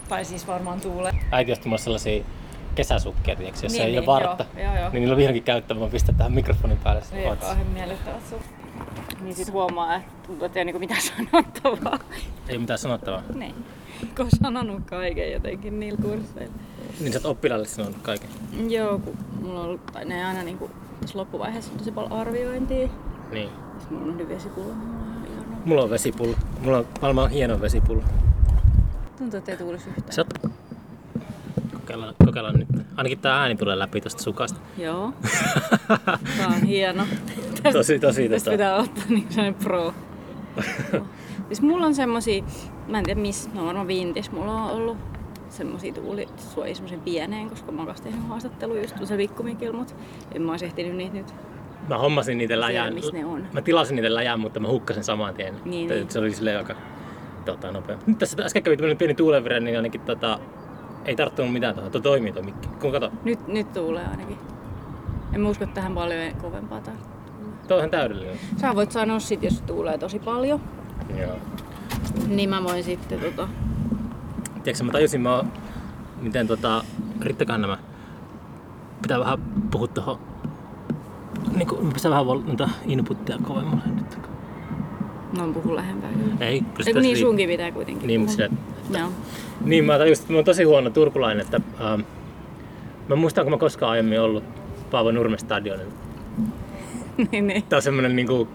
Tai siis varmaan tuulee. Äiti osti mulle sellaisia kesäsukkia, tiiäks, jos Niin, ei ole vartta. Joo. Niin niillä on vihdoinkin käyttöä, mä pistän tähän mikrofonin päälle. Ei ole kauhean miellyttävät Niin sit huomaa, että tuntuu, että ei ole mitään sanottavaa. Ei mitään sanottavaa. Niin. Kun sanonut kaiken jotenkin niillä kursseilla. Niin sä oot oppilaille sanonut kaiken? Joo, kun mulla on ollut, tai ne aina niinku tässä loppuvaiheessa on tosi paljon arviointia. Niin. Sitten mulla on nyt vesipullo. Mulla on vesipullo. Mulla on maailman hieno vesipullo. Tuntuu, että ei tuulisi yhtään. Sä oot... Kokeillaan nyt. Ainakin tää ääni tulee läpi tosta sukasta. Joo. Tää on hieno. Tosi. Tästä pitää ottaa niin sellainen pro. Siis mulla on semmosia, mä en tiedä missä, no varmaan Vintis, mulla on ollut semmosia tuulisuojia semmosen pieneen, koska mä oon kanssa tehnyt haastattelua just se Vikkumikil, mut en mä ois ehtinyt niitä nyt. Mä hommasin niitä läjään. Missä ne on. Mä tilasin niitä läjään, mutta mä hukkasin saman tien. Niin. Se oli silleen aika nopea. Nyt tässä äsken kävi tämmönen pieni tuulenvire, niin ainakin ei tarttunut mitään tuohon. Tuo toimii tuo mikki. Kato. Nyt tuulee ainakin. En mä usko, että tähän paljon kovempaa tarttuu. Tuo on ihan täydellinen. Sä voit sanoa sit, jos tuulee tosi paljon. Joo. Niin mä voin sitten Tiedätkö, mä tajusin, miten riittäkään nämä. Pitää vähän puhua tohon. Niinku, pitää vähän noita inputtia kovemmalle nyt. No puhu lähempää kyllä. Ei niin sunkin pitää kuitenkin. Niin, mutta Joo. Niin, mä tajusin, että mä oon tosi huono turkulainen, että mä muistan, kun mä koskaan aiemmin ollut Paavo Nurmen stadionilla. niin. Tää on semmonen niinku,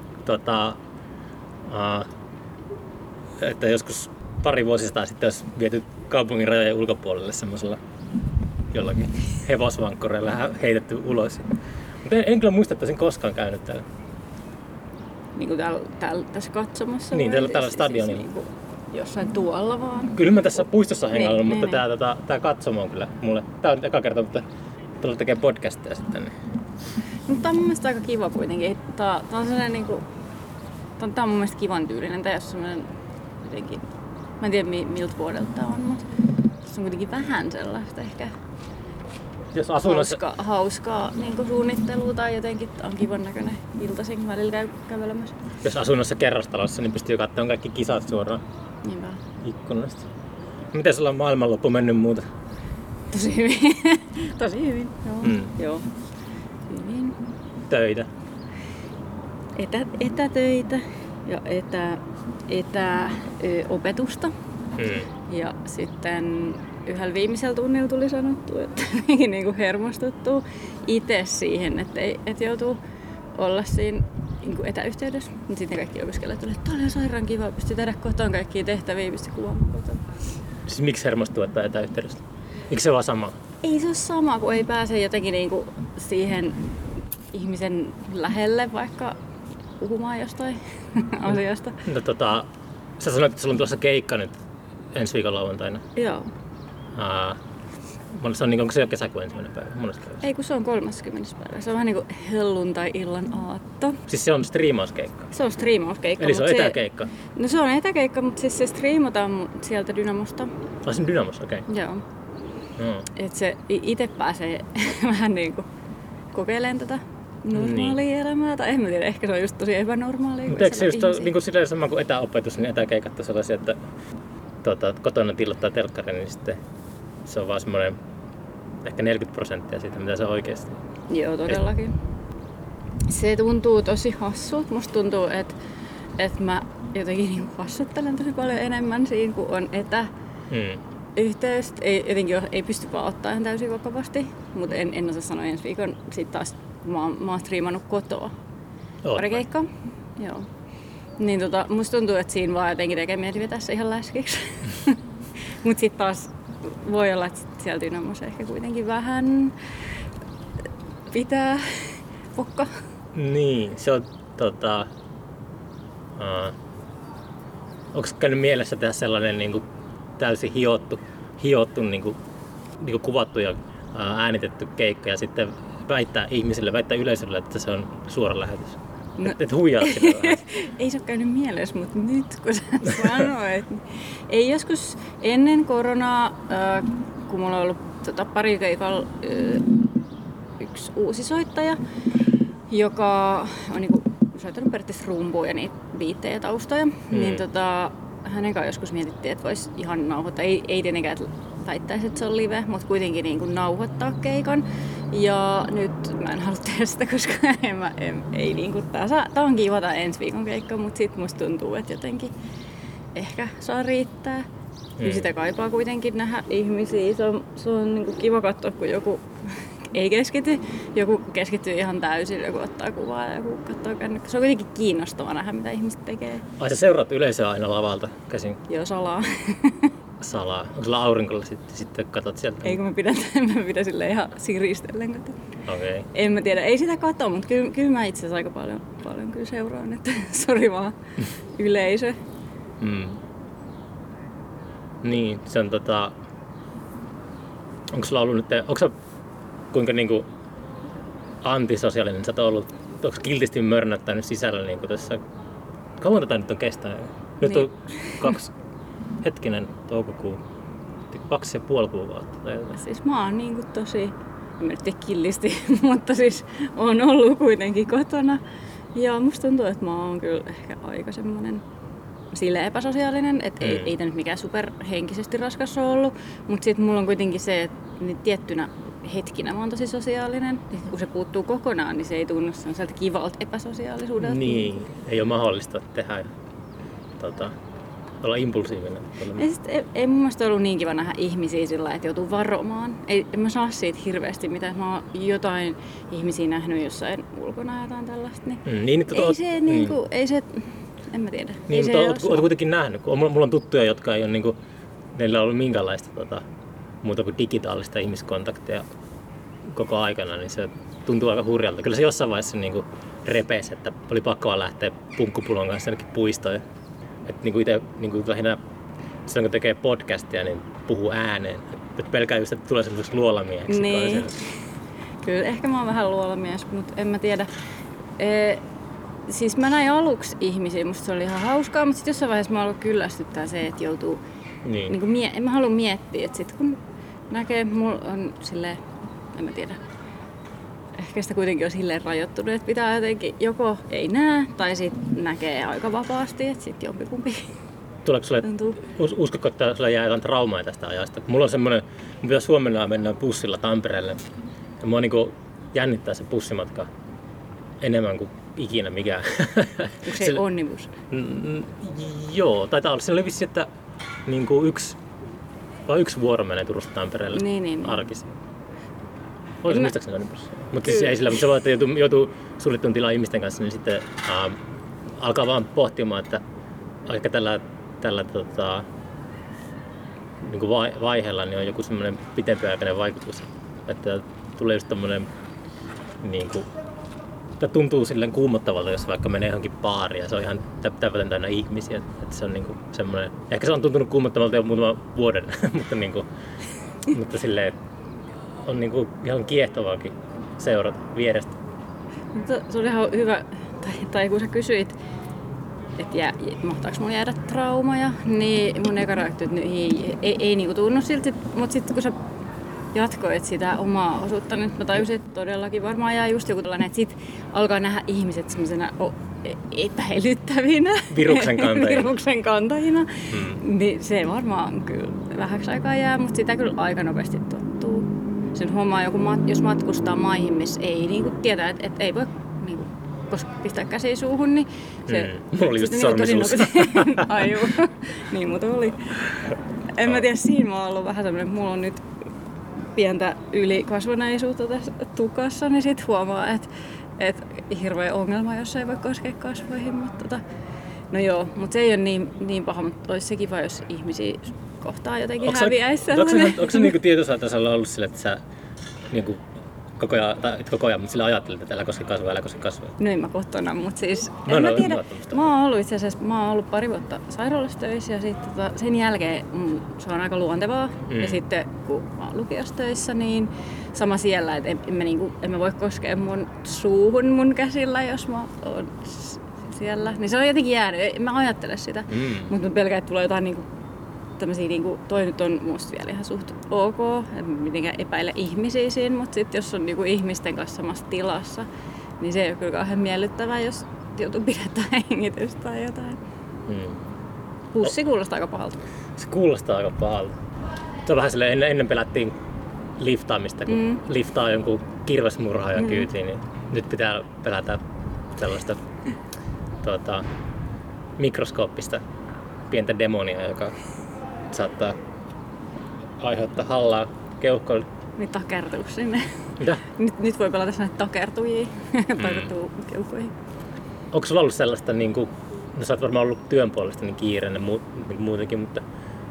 että joskus pari vuosistaan sitten olisi viety kaupungin rajojen ulkopuolelle semmoisella jollakin hevosvankkoreilla heitetty ulos. Mutta en kyllä muista, että olisin koskaan käynyt täällä. Niinku tässä katsomassa? Niin, tällä stadionilla. Siis niinku jossain tuolla vaan? Kyllä mä tässä puistossa hengaillut, mutta niin. tää katsomo on kyllä mulle. Tää on eka kerta, mutta tuolla tekee podcastia sitten. Niin. Mutta tää on mun mielestä aika kiva kuitenkin. Tää on sellainen niinku... Tää on mun mielestä kivan tyylinen. Tää ei oo semmonen jotenkin... Mä en tiedä miltä vuodelta tää on, mutta tässä on kuitenkin vähän sellaista ehkä... Jos hauskaa niin suunnittelua tai jotenkin on kivan näköinen iltaisin välillä kävelemässä. Jos asunnossa kerrostalossa, niin pystyy katsomaan kaikki kisat suoraan Niinpä. ikkunasta. Miten sulla on maailmanloppu mennyt muuta? Tosi hyvin. Tosi hyvin, joo. Joo. Hyvin. Töitä? Etätöitä ja etäopetusta. Ja sitten yhdellä viimeisellä tunnilla tuli sanottu, että niin hermostuttuu itse siihen, että joutuu olla siinä niin etäyhteydessä. Mutta sitten kaikki opiskelijat tuli, että tämä oli sairaan kiva, pystyy tehdä kotona kaikkia tehtäviä, pystyy kuvaamaan kotona. Siis miksi hermostuu, että etäyhteydessä? Eikö se vaan sama? Ei se ole sama, kun ei pääse jotenkin niinku siihen ihmisen lähelle vaikka puhumaan jostain asiasta. No sä sanoit, että sulla on tuossa keikka nyt ensi viikon lauantaina. Joo. Se on, onko se jo kesäkuun 1. päivä? Ei, kun se on 30. päivä. Se on vähän niinku helluntai-illan aatto. Siis se on striimauskeikka? Se on striimauskeikka. Eli se on etäkeikka? No se on etäkeikka, mutta siis se striimataan sieltä Dynamosta. Siinä Dynamossa, okei. Okay. Joo. Et se itse pääsee vähän niinku kokeilemaan tätä normaalia elämää. Tai en mä tiedä, ehkä se on just tosi epänormaalia. Mutta eikö se just niin silleen sama kuin etäopetus, niin etäkeikat on sellaisia, että kotona tilottaa telkkarin, niin sitten se on vaan semmoinen ehkä 40% siitä, mitä se on oikeasti. Joo, todellakin. Se tuntuu tosi hassulta. Musta tuntuu, että mä jotenkin niin hassuttelen tosi paljon enemmän siinä, kun on etäyhteys. Ei pysty vaan ottaa ihan täysin vakavasti, mutta en osaa sanoa ensi viikon. Sitten taas mä oon striimannut kotoa pari keikkaa. Joo. Niin musta tuntuu, että siinä vaan jotenkin tekee mieli vetää se ihan läskiksi. Mut sit taas voi olla, että siellä Dynamossa ehkä kuitenkin vähän pitää pokka. Niin, se on onko käynyt mielessä tehdä sellainen niinku täysin hiottu niinku kuvattu ja äänitetty keikka ja sitten väittää yleisölle, että se on suora lähetys? No, et huijaa sitä vähän. Ei se ole käynyt mielessä, mutta nyt kun sä sanoit. Ei joskus ennen koronaa, kun mulla on ollut pari keikalla yksi uusi soittaja, joka on niinku soittanut periaatteessa rumpuja ja niitä biittejä taustoja, niin hänen kanssaan joskus mietittiin, että voisi ihan nauhoittaa. Ei tietenkään väittäisi, että se on live, mutta kuitenkin niin kuin nauhoittaa keikan. Ja nyt mä en halua tehdä sitä, koska ei niin kuin, tää on kiva tää ensi viikon keikka, mutta sit musta tuntuu, että jotenkin ehkä saa riittää. Kyllä sitä kaipaa kuitenkin nähdä ihmisiä. Se on niin kuin kiva katsoa, kun joku ei keskity. Joku keskittyy ihan täysin, joku ottaa kuvaa ja joku katsoo kännykkä. Se on kuitenkin kiinnostavaa nähdä, mitä ihmiset tekee. Ai sä seuraat yleisöä aina lavalta käsin? Joo, salaa. Salaa. Onko sulla aurinkolla sitten katot sieltä? Ei kun mä pidän silleen ihan siristellen katon. Okei. En mä tiedä, ei sitä katso, mutta kyllä mä itse asiassa aika paljon kyllä seuraan, että sori vaan yleisö. Niin, se on onko sulla ollut nyt, onko sä kuinka niinku antisosiaalinen sä oot ollut, onko kiltisti mörnättänyt sisällä niinku tässä, kauan tätä nyt on kestänyt? Nyt niin. On toukokuu, 2,5 kuukautta tai jotain. Siis mä oon niinku tosi, en mä nyt killisti, mutta siis oon ollut kuitenkin kotona. Ja musta tuntuu, että mä oon kyllä ehkä aika semmonen sille epäsosiaalinen, että ei tää nyt mikään superhenkisesti raskas ole ollut. Mutta sit mulla on kuitenkin se, että tiettynä hetkinä mä oon tosi sosiaalinen. Ja kun se puuttuu kokonaan, niin se ei tunnu sellaiselta kivalta epäsosiaalisuudelta. Niin, ei ole mahdollista tehdä olla impulsiivinen. Ei mun mielestä ollut niin kiva nähdä ihmisiä sillä, että joutuu varomaan. En mä saa siitä hirveästi mitään. Mä oon jotain ihmisiä nähnyt jossain ulkona jotain tällaista. Niin ei se, en mä tiedä. Niin, mutta oot kuitenkin nähnyt. Mulla on tuttuja, jotka ei ole niinku, neillä on ollut minkäänlaista muuta kuin digitaalista ihmiskontakteja koko aikana, niin se tuntuu aika hurjalta. Kyllä se jossain vaiheessa niinku repesi, että oli pakko lähteä punkkupulon kanssa jonnekin puistoon. Että niinku itse niinku lähinnä silloin kun tekee podcastia, niin puhuu ääneen. Et pelkää just, että tulee sellaiseksi luolamieheksi. Niin. Kyllä, ehkä mä oon vähän luolamies, mutta en mä tiedä. Siis mä näin aluksi ihmisiä, musta se oli ihan hauskaa, mutta sitten jossain vaiheessa mä alkoi kyllästyttää se, että joutuu... Niin. En mä halua miettiä, että sit kun näkee, mulla on silleen, en mä tiedä. Ehkä sitä kuitenkin on silleen rajoittunut, että pitää jotenkin joko ei näe tai sitten näkee aika vapaasti, että sitten jompikumpi. Tuleeko sulle, uskotko, että sulle jää jotain traumaa tästä ajasta? Mulla on semmoinen, mun pitäisi huomenna mennä bussilla Tampereelle. Ja mua niinku jännittää se bussimatka enemmän kuin ikinä mikään. Onko se onnibus? Joo, taitaa olla. Siinä oli vissi, että niinku yksi vuoro menee Turusta Tampereelle arkisin. Oliko se muistaakseni onnibus? Mutta siis ei sillä, mutta se voi, että joutuu suljettuun tilaan ihmisten kanssa, niin sitten alkaa vaan pohtimaan, että ehkä tällä niin kuin vaiheella niin on joku semmoinen pitempiaikainen vaikutus, että tulee just tommoinen niin kuin, tuntuu silleen kuumottavalta, jos vaikka menee johonkin baariin ja se on ihan täysin täynnä ihmisiä, että se on niin kuin semmoinen, ehkä se on tuntunut kuumottavalta jo muutaman vuoden, mutta niin kuin, mutta silleen on niin kuin ihan kiehtovaakin seurata vierestä. Mutta se oli ihan hyvä, tai kun sä kysyit, että mahtaako mulla jäädä traumaja, niin mun eka reaktio, että ei niinku tunnu silti, mutta sitten kun sä jatkoit sitä omaa osuutta, niin mä tajusin, että todellakin varmaan jää just joku tällainen, että sit alkaa nähdä ihmiset semmoisena epäilyttävinä viruksen kantajina, niin se varmaan kyllä vähäksi aikaa jää, mutta sitä kyllä aika nopeasti tottuu. Sen huomaa joku, jos matkustaa maihin, missä ei niinku tietää, että ei voi niinku pistää käsiä suuhun, niin se... Mulla oli just sormisuus. Ai juu. Niin muuten oli. En mä tiedä, siinä mä oon ollut vähän semmoinen, että mulla on nyt pientä ylikasvaneisuutta tässä tukassa, niin sit huomaa, että hirveä ongelma, jos ei voi koskea kasvoihin. Mutta no joo, mutta se ei ole niin paha, mutta olisi se kiva, jos ihmisiä kohtaa jotenkin häviäisi sellainen. Onko se niinku tietoisella ollut sille, että sä niinku koko ajan, mutta sillä ajattelit, että älä koske kasvoja. No en mä kotona, mutta siis en mä tiedä. Mä oon ollut itse asiassa, pari vuotta sairaalassa töissä ja sitten sen jälkeen se on aika luontevaa. Ja sitten kun mä oon lukiossa töissä, niin sama siellä, että en mä voi koskea mun suuhun mun käsillä, jos mä oon siellä. Niin se on jotenkin jäänyt, en mä ajattele sitä. Mutta mä pelkään, että tulee jotain niinku tämmösiä niinku, toi nyt on musta vielä ihan suht ok, en mitenkään epäile ihmisiä siinä, mutta sit jos on niinku ihmisten kanssa samassa tilassa, niin se ei ole kyllä kauhean miellyttävää, jos joutuu pidättämään hengitystä tai jotain. Pussi kuulostaa aika pahalta. Se kuulostaa aika pahalta. Se on vähän silleen, ennen pelättiin liftaamista, kun liftaa jonkun kirvesmurhaajan kyytiin, niin nyt pitää pelätä sellaista mikroskooppista pientä demonia, joka saattaa aiheuttaa hallaa keuhkoille. Niin takertuu sinne. Mitä? Nyt voi pelata sinne takertujiin. Takertuu keuhkoihin. Onko sulla ollut sellaista, niin kuin, no sä oot varmaan ollut työn puolesta niin kiireinen muutenkin, mutta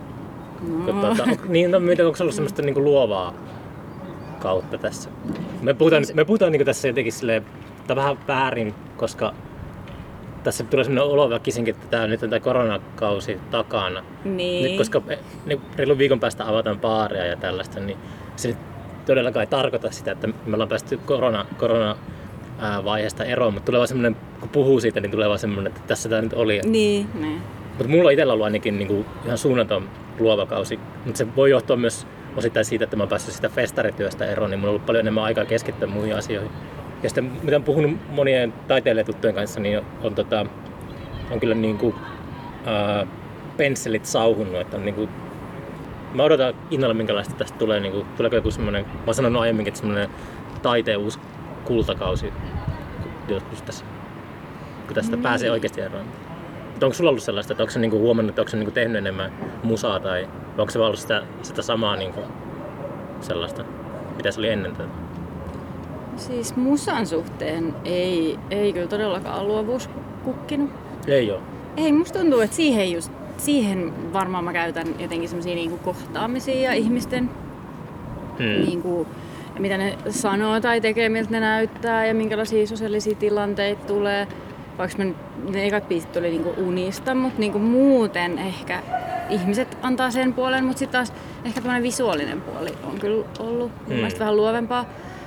onko sulla ollut sellaista niin kuin luovaa kautta tässä? Me puhutaan niin kuin tässä jotenkin silleen, tai vähän väärin, koska tässä tulee sellainen olo väkisinkin, että tää on nyt tämä koronakausi takana. Niin. Nyt, koska reilun viikon päästä avataan baaria ja tällaista, niin se nyt todellakaan ei tarkoita sitä, että me ollaan päästy koronavaiheesta eroon, mutta tulee vaan semmoinen, kun puhuu siitä, niin tulee vaan semmoinen, että tässä tämä nyt oli. Niin. Mutta mulla on itsellä ollut ainakin niin kuin ihan suunnaton luova kausi, mutta se voi johtua myös osittain siitä, että mä oon päässyt sitä festarityöstä eroon, niin mulla on ollut paljon enemmän aikaa keskittyä muihin asioihin. Ja sitten mitä olen puhunut monien taiteilijatuttujen kanssa, niin on kyllä niin kuin, pensselit sauhunnut. Että on, niin kuin, mä odotan innolla, minkälaista tästä tulee. Niin kuin, tuleeko joku semmoinen, mä oon sanonut aiemminkin, että semmoinen taiteen uusi kultakausi joskus tässä, kun tästä pääsee oikeasti eroon. Mutta onko sulla ollut sellaista, että onko se niin kuin huomannut, että onko se niin kuin tehnyt enemmän musaa tai onko se vaan ollut sitä samaa niin kuin, sellaista, mitä se oli ennen tätä? Siis musan suhteen ei kyllä todellakaan luovuus kukkinut. Ei oo. Ei, musta tuntuu, että siihen varmaan mä käytän jotenkin semmosia niinku kohtaamisia ja ihmisten niinku, mitä ne sanoo tai tekee, miltä ne näyttää ja minkälaisia sosiaalisia tilanteita tulee. Vaikka ne ekat biisit tuli niinku unista, mutta niinku muuten ehkä ihmiset antaa sen puolen, mutta sitten taas ehkä tämmöinen visuaalinen puoli on kyllä ollut mun mielestä vähän luovempaa.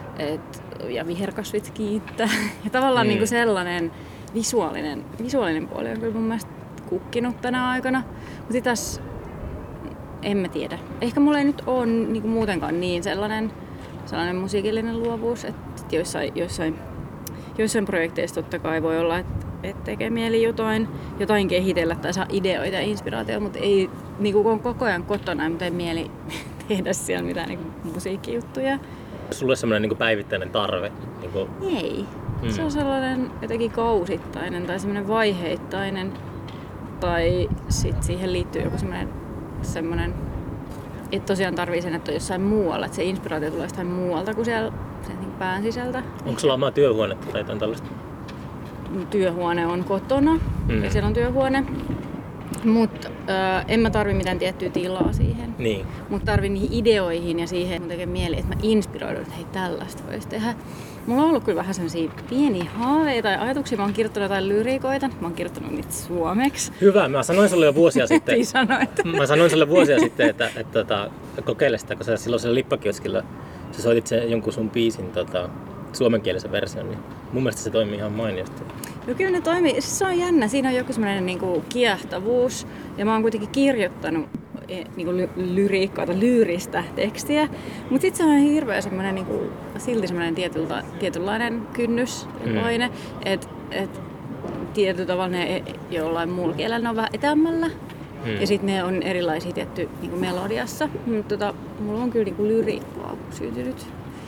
Ja viherkasvit kiittää. Ja tavallaan niinku sellainen visuaalinen puoli on kyllä mun mielestä kukkinut tänä aikana. Mutta taas en mä tiedä. Ehkä mulla ei nyt ole niinku muutenkaan niin sellainen musiikillinen luovuus, että joissain projekteissa totta kai voi olla, että tekee mieli jotain kehitellä tai saa ideoita ja inspiraatiota, mutta ei niinku kun on koko ajan kotona, mutta ei mieli tehdä siellä mitään niinku musiikkijuttuja. Sulla on semmoinen niin päivittäinen tarve? Niin kuin... Ei. Se on sellainen jotenkin kausittainen tai semmoinen vaiheittainen. Tai sit siihen liittyy joku semmoinen että tosiaan tarvii sen, että on jossain muualla. Että se inspiraatio tulee jostain muualta kuin siellä sen pään sisältä. Onko sulla omaa työhuonetta tai jotain tällaista? Työhuone on kotona ja siellä on työhuone. Mutta en mä tarvi mitään tiettyä tilaa siihen. Niin. Mutta tarvin niihin ideoihin ja siihen mun tekee mieli, että mä inspiroidun, että hei tällaista voisi tehdä. Mulla on ollut kyllä vähän sellaisia pieniä haaveita ja ajatuksia. Mä oon kirjoittanut jotain lyriikoita. Mä oon kirjoittanut niitä suomeksi. Hyvä. Mä sanoin sulle jo vuosia sitten. Mä sanoin sulle vuosia sitten, että kokeile sitä, kun sä silloin siellä lippakioskilla sä soitit sen jonkun sun biisin suomenkielisen version. Niin mun mielestä se toimii ihan mainiosti. No kyllä ne toimii. Se on jännä. Siinä on joku semmoinen niinku kiehtovuus. Ja mä oon kuitenkin kirjoittanut niinku lyriikkaa tai lyyristä tekstiä. Mut sit se on hirveä semmoinen niinku, silti semmoinen tietynlainen kynnys ja paine. Et tietyllä tavalla ne jollain muulla kielellä ne on vähän etämällä. Ja sit ne on erilaisia tietty niinku melodiassa. Mutta mulla on kyllä niinku lyriikkaa syntynyt.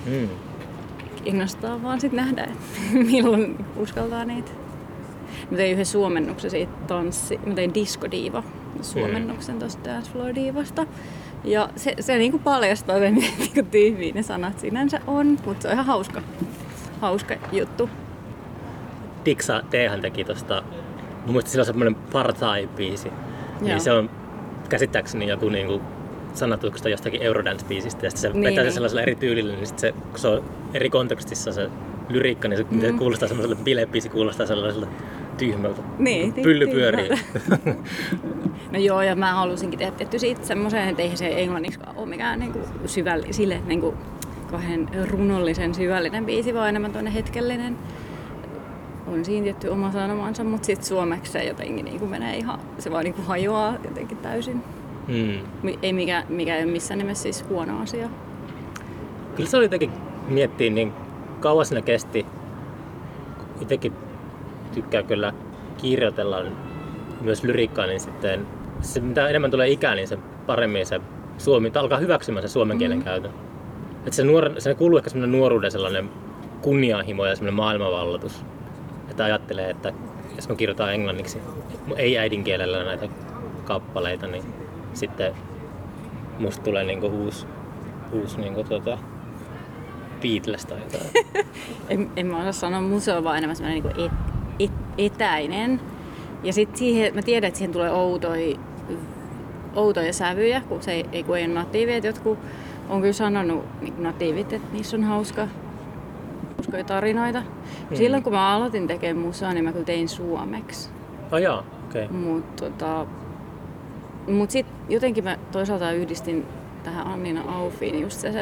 Kiinnostaa vaan sit nähdä, milloin uskaltaa niitä. Mä tein yhden suomennuksen siitä mä tein Disco Diva suomennuksen tosta Dance Floor Divasta. Ja se niinku paljastaa sen, niinku tyhmiä ne sanat sinänsä on, mutta se on ihan hauska juttu. Diksa D:hän teki tosta, mun mielestä sillä on semmonen Partai-biisi. Niin se on käsittääkseni joku niinku sanatuksesta jostakin Eurodance-biisistä ja sitten se vetää sen sellaisella eri tyylillä, niin sit kun se on eri kontekstissa se lyriikka, niin se kuulostaa semmoiselle bilebiisi, kuulostaa sellaiselta tyhmältä. Niin, pylly pyörii. No joo, ja mä halusinkin tehdä tietty siitä semmoisen, että eihän se englanniksikaan ole mikään niinku niinku kahden runollisen syvällinen biisi, vaan enemmän toinen hetkellinen. On siinä tietty oma sanomansa, mutta sitten suomeksi se jotenkin niinku menee ihan, se vaan niinku hajoaa jotenkin täysin. Ei mikä ei ole missään nimessä siis huono asia. Kyllä se oli jotenkin miettiä, niin kauan siinä kesti. Itsekin tykkää kyllä kirjoitella myös lyriikkaa, niin sitten se, mitä enemmän tulee ikää, niin se paremmin se suomi alkaa hyväksymään se suomen kielen käytön. Että se kuuluu ehkä semmoinen nuoruuden sellainen kunnianhimo ja semmoinen maailmanvallatus. Että ajattelee, että jos mä kirjoitan englanniksi, ei äidinkielellä näitä kappaleita, niin sitten musta tulee niinku uusi niinku Beatles tai jotain. en mä osaa sanoa, musta on vaan enemmän semmoinen niinku etäinen. Ja sitten siihen, mä tiedän, että siihen tulee outoja sävyjä, kun ei ole natiivi. Jotkut on kyllä sanonut niin natiivit, että niissä on hauskoja tarinoita. Silloin kun mä aloitin tekemään musaa, niin mä kyllä tein suomeksi. Jaa, okei. Mut sit jotenkin mä toisaalta yhdistin tähän Annina Aufiin just se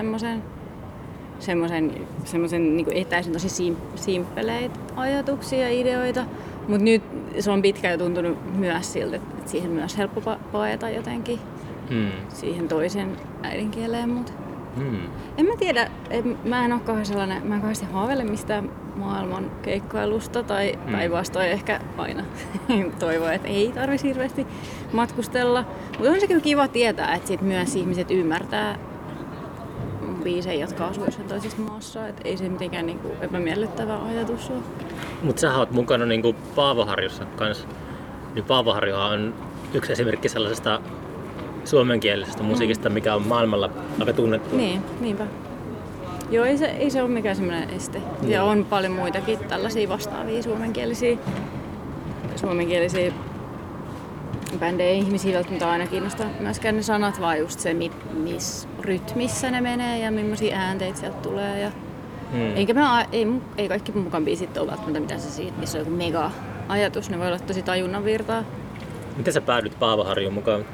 semmoisen niin etäisen, tosi simppeleitä ajatuksia ja ideoita. Mutta nyt se on pitkään tuntunut myös siltä, että siihen myös helppo paeta jotenkin siihen toisen äidinkieleen. En mä tiedä, mä en kauheasti haaveile mistään maailman keikkailusta tai päinvastoin ehkä aina toivoa, että ei tarvitsisi hirveästi matkustella. Mutta on se kyllä kiva tietää, että sit myös ihmiset ymmärtää biisejä, jotka asuu jossain toisessa maassa. Et ei se mitenkään niinku epämiellyttävä ajatus ole. Mutta sä oot mukana niinku Paavoharjussa kanssa. Niin Paavoharjuhan on yksi esimerkki sellaisesta suomenkielisestä musiikista, mikä on maailmalla aika tunnettu. Niin, niinpä. Joo, ei se ole mikään semmoinen este. Ja on paljon muitakin tällaisia vastaavia suomenkielisiä bändejä. Ihmisiä välttämättä aina kiinnostaa myöskään ne sanat, vaan just se, missä rytmissä ne menee ja millaisia äänteitä sieltä tulee. Ja ei kaikki mukaan biisit ole välttämättä mitään siitä, missä on joku mega-ajatus. Ne voi olla tosi tajunnan virtaa. Miten sä päädyt Paavoharjuun mukaan?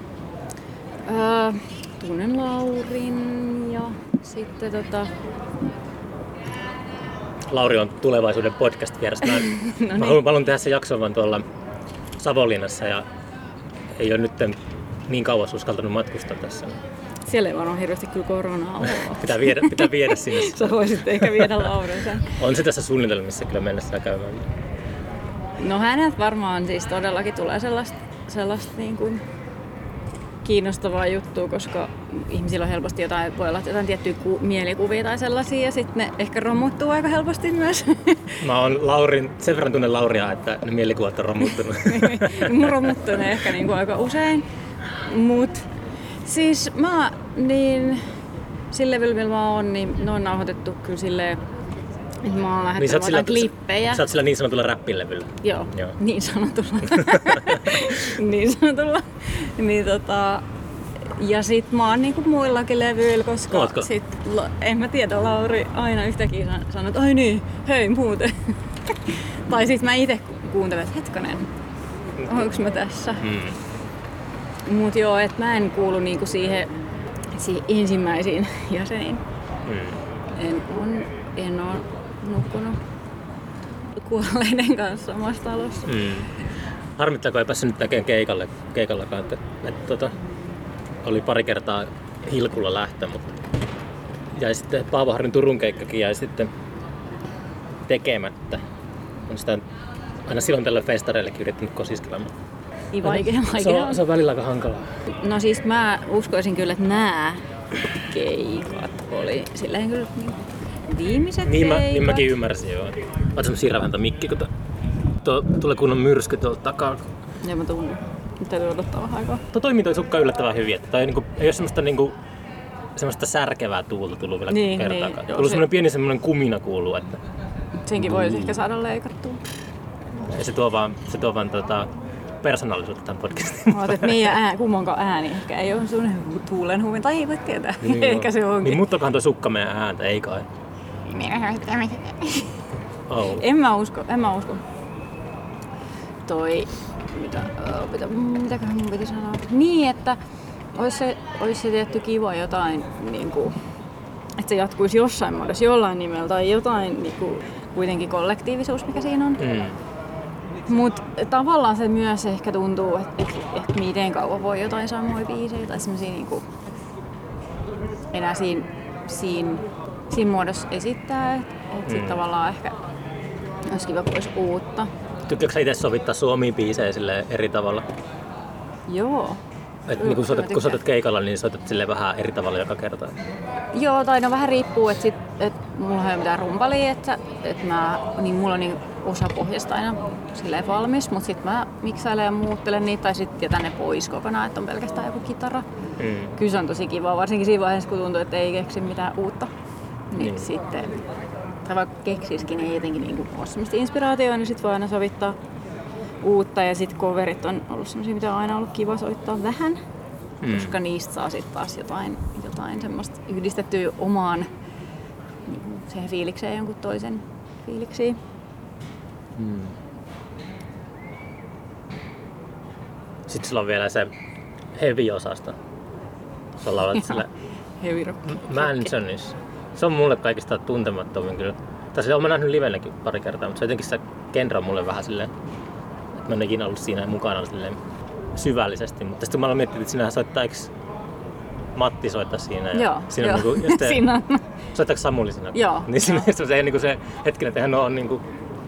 Tunnen Laurin ja sitten Lauri on tulevaisuuden podcast-vieras. Mä haluan tehdä sen jakson vaan tuolla Savonlinnassa ja ei ole nyt niin kauas uskaltanut matkustaa tässä. Siellä ei varmaan hirveästi kyllä koronaa ole. pitää viedä sinne. Sä voisit ehkä viedä Laurin sen. On se tässä suunnitelmissa kyllä mennessä käymään. No hänet varmaan siis todellakin tulee sellaista niin kuin kiinnostavaa juttua, koska ihmisillä on helposti voi olla jotain tiettyjä mielikuvia tai sellaisia ja sitten ne ehkä romuttuu aika helposti myös. Mä oon sen verran tunnen Lauria, että ne mielikuvat on romuttunut. Mun romuttuu ne ehkä niin kuin aika usein, mut siis mä niin sillä levyllä millä mä oon, niin ne on nauhoitettu kyllä silleen, että mä oon lähettänyt jotain klippejä. Sä oot sillä niin sanotulla räppilevyllä. Joo. Niin sanotulla. Niin ja sit mä oon niinku muillakin levyillä, koska ootko? En mä tiedä, Lauri aina yhtäkkiä sanoo, että ai niin, hei muuten. Tai sit mä ite kuuntelen, että hetkonen, onks mä tässä? Mut joo, et mä en kuulu niinku siihen ensimmäisiin jäseniin. En oo nukkunut kuolleiden kanssa samassa talossa. Harmittaako ei päässyt nyt näkemään keikallakaan, että oli pari kertaa Hilkulla lähtö, mutta jäi sitten Paavoharjun Turun keikkakin jäi sitten tekemättä. On sitä aina silloin tällä festareillekin yrittänyt kosiskella. Vaikea. Se on välillä aika hankalaa. No siis mä uskoisin kyllä, että nämä keikat oli silleen kyllä viimeiset keikat. Niin mäkin ymmärsin joo. Oot semmosia räväntä mikki, kun tulee kunnon myrsky tuolta takaa. Joo, mä tunnen. Täytyy odottaa vähän aikaa. Tuo toimii toi sukka yllättävän hyvin. Että ei ole semmoista särkevää tuulta tullut vielä kertaakaan. Tullut semmoinen kumina kuuluu. Että senkin voisi ehkä saada leikattua. Ja se tuo vaan persoonallisuutta tämän podcastin. Mä oot, meidän kummankaan ääni ehkä ei ole semmoinen tuulen huvin. Tai ei voi tietää. Niin ehkä se onkin. Niin muuttakohan tuo sukka meidän ääntä, ei kai? En mä usko. Mitäköhän mun piti sanoa? Niin, että ois se tietty kiva jotain, niinku, että se jatkuisi jossain muodossa, jollain nimellä tai jotain niinku, kuitenkin kollektiivisuus, mikä siinä on. Mut tavallaan se myös ehkä tuntuu, että miten kauan voi jotain samoja biisejä tai semmosia niinku, enää siinä muodossa esittää, että sit tavallaan ehkä olisi kiva pois uutta. Tykkääkö sä itse sovittaa suomia biisejä eri tavalla? Joo. Et niin kun soitat keikalla, niin soitat silleen vähän eri tavalla joka kerta. Joo, tai no vähän riippuu, että mulla ei ole mitään rumpalia, niin mulla on niin osa pohjasta aina silleen valmis, mutta sitten mä miksailen ja muuttelen niitä tai sitten jätän ne pois kokonaan, että on pelkästään joku kitara. Kyllä se on tosi kiva, varsinkin siinä vaiheessa, kun tuntuu, että ei keksi mitään uutta. Niin. Sitten, tai vaikka keksisikin, niin ei jotenkin niin ole semmoista inspiraatioa, niin sitten voi aina sovittaa uutta. Ja sitten coverit on ollut semmoisia, mitä on aina ollut kiva soittaa vähän, koska niistä saa sitten taas jotain semmoista yhdistettyä omaan niin siihen fiilikseen jonkun toisen fiiliksiin. Sitten sulla on vielä se heavy-osasto. Sä laulat sillä Heavy rock. Mansionissa. Se on mulle kaikista tuntemattomin kyllä. Tai olen nähnyt livenäkin pari kertaa, mutta se jotenkin se genre on mulle vähän silleen, että mä en ikinä ollut siinä mukana silleen syvällisesti. Mutta sitten mä aloin miettiä, että sinähän soittaa, eikö Matti soittaa siinä? Ja joo, siinä joo. On niinku, siinä on. Soittaako Samuli siinä? Joo. Niin siinä se, niinku se hetken, että hän on niinku,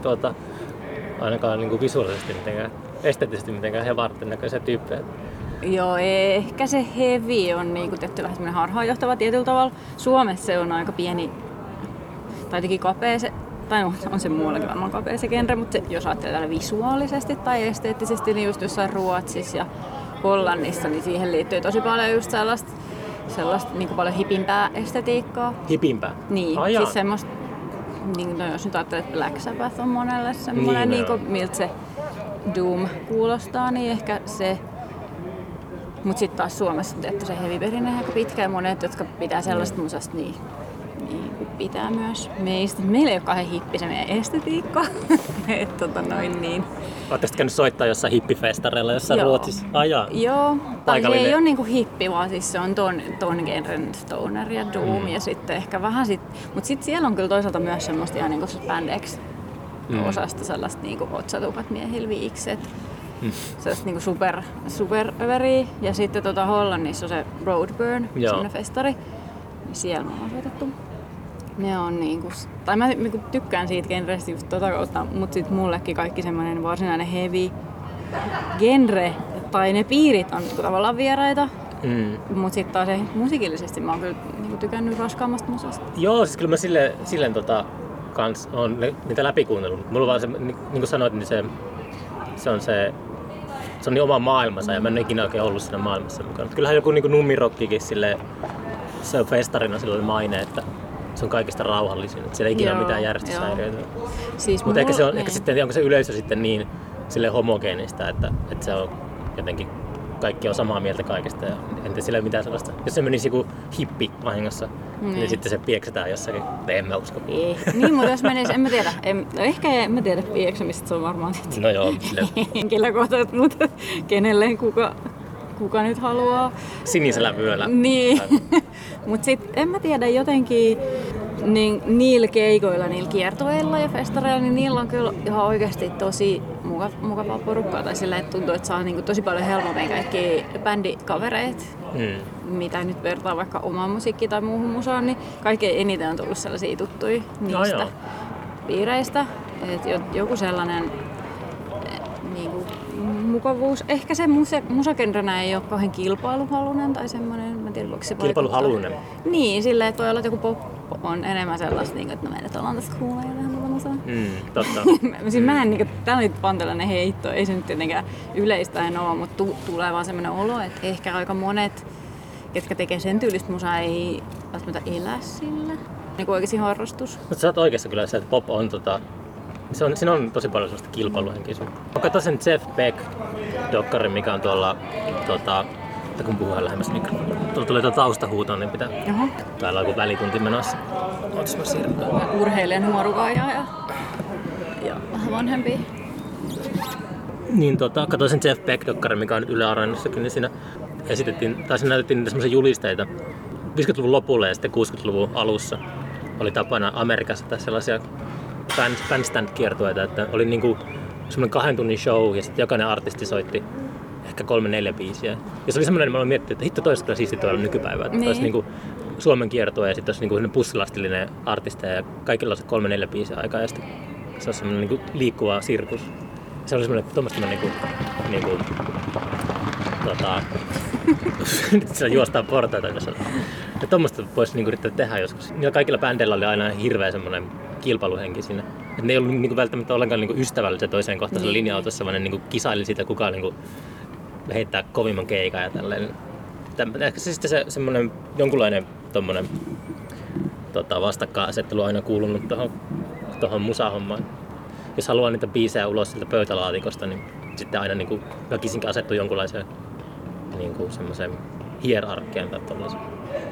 ainakaan niinku visuaalisesti mitenkään, esteettisesti mitenkään hevarten näköisiä tyyppejä. Joo, ehkä se heavy on niinku tehty vähän semmoinen harhaanjohtava tietyllä tavalla. Suomessa se on aika pieni, tai jotenkin kapea se, tai on se muuallakin varmaan kapea se genre, mutta se, jos ajattelee täällä visuaalisesti tai esteettisesti, niin just jossain Ruotsissa ja Hollannissa, niin siihen liittyy tosi paljon just sellaista niinku paljon hipimpää estetiikkaa. Hipimpää? Niin, siis semmoista, niin, no jos nyt ajattelee, että Black Sabbath on monelle semmoinen, niin miltä se Doom kuulostaa, niin ehkä se. Mut sit taas Suomessa on tehty se heavy-perinne aika pitkä ja monet, jotka pitää sellaista musasta, niin pitää myös meistä. Meillä ei ole kauhean hippi se meidän estetiikka. niin. Oletteko käynyt soittaa jossain hippifestareilla jossain Ruotsissa? Joo, tai se ei ole niinku hippi, vaan siis se on ton genren stoner ja doom ja sitten ehkä vähän mut sit siellä on kyllä toisaalta myös semmoista ihan niinku spandex osasta sellaista niinku otsatukat miehillä viikset. Sellaista niinku superöveriä. Ja sitten Hollannissa on se Roadburn, semmoinen festari. Siellä me ollaan soitettu. Ne on niinku, tai mä tykkään siitä genrestä just kautta, mut sit mullekin kaikki semmoinen varsinainen heavy genre, tai ne piirit on tavallaan vieraita. Mut sit taas musiikillisesti mä oon kyllä niinku tykännyt raskaammasta musasta. Joo, siis kyllä mä silleen kans on niitä läpikuunnellut. Mulla vaan se, niin kuin sanoit, niin se on niin oma maailmansa ja mä en ikinä oikein ollut siinä maailmassa mukana. Kyllähän joku niin numirokkikin silleen, se on festarina sellainen maine, että se on kaikista rauhallisin, että siellä ei ikinä ole mitään järjestyshäiriöitä. Siis mutta ehkä sitten onko se yleisö sitten niin silleen homogeenista, että se on jotenkin kaikki on samaa mieltä kaikesta ja entä sillä ei mitään sellaista. Jos se menisi joku hippi vahingossa, niin sitten se pieksetään jossakin. En mä usko. Ei. Niin, mutta jos menisi, en mä tiedä. Ehkä en mä tiedä pieksemistä, se on varmaan no joo, henkilökohtaiset, mutta kenelleen kuka nyt haluaa. Sinisellä vyöllä. Niin. Mut sit en mä tiedä jotenkin niin niillä keikoilla, niillä kiertueilla ja festareilla, niin niillä on kyllä ihan oikeasti tosi mukavaa porukkaa. Tai sillä, että tuntuu, että saa niinku tosi paljon helpommin kaikki bändikavereita. Mitä nyt vertaa vaikka omaan musiikkiin tai muuhun musaan, niin kaikkein eniten on tullut sellaisia tuttuja niistä piireistä. Et joku sellainen niinku mukavuus. Ehkä se musagenrenä ei ole kauhean kilpailuhalunen tai semmoinen, mä en tiedä, voiko se kilpailuhalunen? Niin, silleen, että voi olla, että joku pop on enemmän sellaista, että no meidät ollaan tässä kuulla ja vähän tuota musaa. Totta. Siis mä en, tää on nyt pantelainen heitto, ei se nyt tietenkään yleistäen ole, mutta tulee vaan semmoinen olo, että ehkä aika monet, ketkä tekee sen tyylistä musaa, ei välttämättä elä sillä. Niin oikeasti harrastus. Mutta sä oot oikeassa kyllä se, että pop on siinä on tosi paljon sellaista kilpailuhenkisyyttä. Mä katsoin sen Jeff Beck-dokkarin, mikä on tuolla, kun puhutaan lähemmäs mikrofonia. Tuolla tulee taustahuutoa, niin pitää. Jaha. Täällä on joku välitunti menossa. Ootas mä siirrytään. Urheilijan nuorukaajaa ja vähän vanhempia. Niin katsoin sen Jeff Beck-dokkarin, mikä on nyt Yle Areenassakin, niin siinä näytettiin niitä semmoisia julisteita 50-luvun lopulla ja sitten 60-luvun alussa. Oli tapana Amerikassa tai sellaisia bandstand-kiertueita, että oli niinku semmoinen 2 tunnin show ja sitten jokainen artisti soitti ehkä 3-4 biisiä. Ja se oli semmoinen, että mä aloin miettiä, että hitto toista kyllä siistiä tuolla nykypäivää. Että olisi niinku Suomen kiertue ja sitten olisi niinku pussilastillinen artisteja ja kaikilla olisi 3-4 biisiä aikaa ja sitten se olisi semmoinen niinku liikkuva sirkus. Se oli semmoinen tommoista niinku sillä juostaan portaita. Ja tommoista voisi niinku yrittää tehdä joskus. Niillä kaikilla bändeillä oli aina hirveä semmoinen kilpailuhenki siinä. Et ne ei ollut niinku välttämättä ollenkaan niinku ystävällisiä toiseen kohtaan niin. Linja-autossa, vaan ne niinku kisaili siitä, kuka niinku heittää kovimman keikan ja tälleen. Ehkä se sitten semmoinen jonkunlainen tommonen vastakkainasettelu on aina kuulunut tohon musahommaan. Jos haluaa niitä biisejä ulos siltä pöytälaatikosta, niin sitten aina niinku väkisinkin asettuu jonkunlaiseen niinku semmoiseen hierarkiaan tai tollaiseen.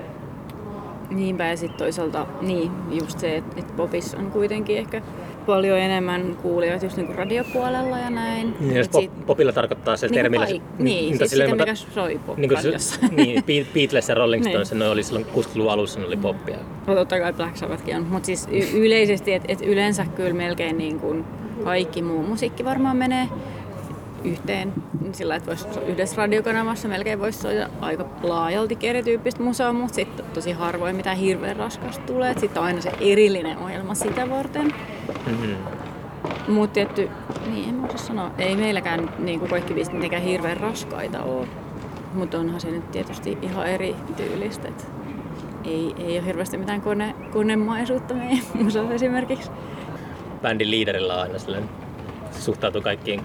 Niinpä ja sitten toisaalta niin, just se, että popissa on kuitenkin ehkä paljon enemmän kuulijoita just niinku radiopuolella ja näin. Niin, jos popilla tarkoittaa se termillä... Niin, siis sitä mikä soi pop-radiossa. Niin, Beatles ja Rolling Stones, ne oli silloin 60-luvun alussa, ne oli poppia. No totta kai Black Sabbathkin on, mutta siis yleisesti, että yleensä kyllä melkein niin kuin kaikki muu musiikki varmaan menee yhteen sillä, että yhdessä radiokanavassa melkein voisi soida aika laajalti erityyppistä musaa, mutta sitten tosi harvoin mitään hirveän raskasta tulee. Sitten on aina se erillinen ohjelma sitä varten. Mm-hmm. Mutta tietty, niin en osaa sanoa, ei meilläkään niin kuin kaikki biisit mitenkään hirveän raskaita ole. Mutta onhan se nyt tietysti ihan eri tyylistä. Ei ole hirveästi mitään konemaisuutta meidän musassa esimerkiksi. Bändin liiderillä on aina sellainen, se suhtautuu kaikkiin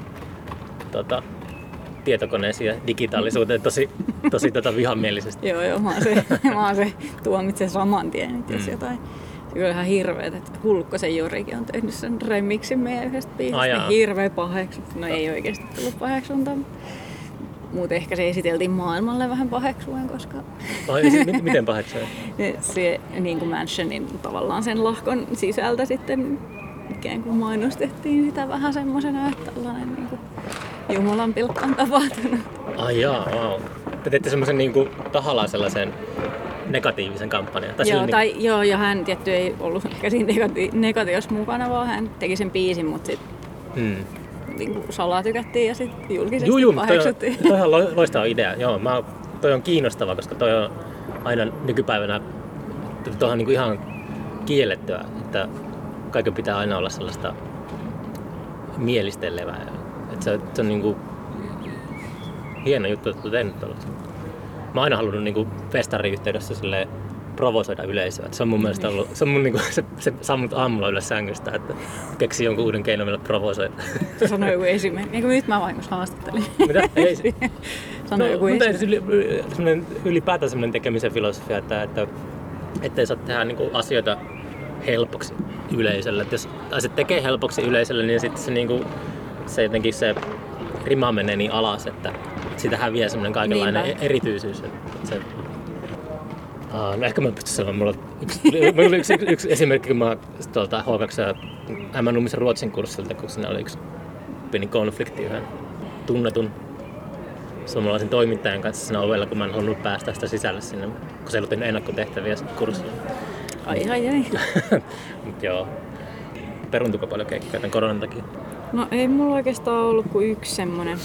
tietokoneisiin ja digitaalisuuteen tosi vihamielisesti. Joo, mä oon se tuomitsen saman tien, jos jotain. Se on ihan hirveet, että Hulkkosen Jorikin on tehnyt sen remixin meidän yhdestä biisistä. Niin hirveä paheksunta. No ei oikeasti tullut paheksunta. Mutta ehkä se esiteltiin maailmalle vähän paheksuen, koska... Miten paheksuen? Se niin kuin Mansionin tavallaan sen lahkon sisältä sitten ikään kuin mainostettiin sitä vähän semmosena, että tällainen niin kuin Jumalan pilkka on tapahtunut. Ai jaa, wow. Te teitte semmoisen niin kuin tahallaan sellaisen negatiivisen kampanjan. Joo, ja hän tietty ei ollut ehkä siinä negatiivassa mukana, vaan hän teki sen biisin, mutta sitten niin salaa tykättiin ja sitten julkisesti paheksuttiin. Toi on loistava idea. Joo, toi on kiinnostava, koska toi on aina nykypäivänä on niin kuin ihan kiellettyä, että kaiken pitää aina olla sellaista mielistelevää. Että se on niin kuin hieno juttu, että olet tehnyt tuollaista. Mä oon aina halunnut niin kuin festariyhteydessä provosoida yleisöä. Se on mun mielestä ollut, se on mun niinku, se saa mut aamulla ylös sängystä, että keksii jonkun uuden keinon, millä provosoida. Sano joku esimerkki. Eikö nyt mä vahingossa haastattelin? Mitä? Ei. Sano joku esimerkki. Ylipäätään semmoinen tekemisen filosofia, että ettei saa tehdä niinku asioita helpoksi yleisölle. Et jos asiat tekee helpoksi yleisölle, niin sitten se jotenkin se rima menee niin alas, että siitä häviää semmoinen kaikenlainen erityisyys. No ehkä mä pystyn sanomaan, mulla oli yksi esimerkki, kun mä tuolta H2 M-nummisen Ruotsin kurssilta, kun siinä oli yksi pieni konflikti yhden tunnetun suomalaisen toimittajan kanssa siinä ovella, kun mä en halunnut päästä sitä sisälle sinne, kun se ei ollut tehnyt ennakkotehtäviä kurssilla. Ai. Mut joo, peruuntuiko paljon keikkoja tämän koronan takia? No ei mulla oikeastaan ollut kuin yksi semmonen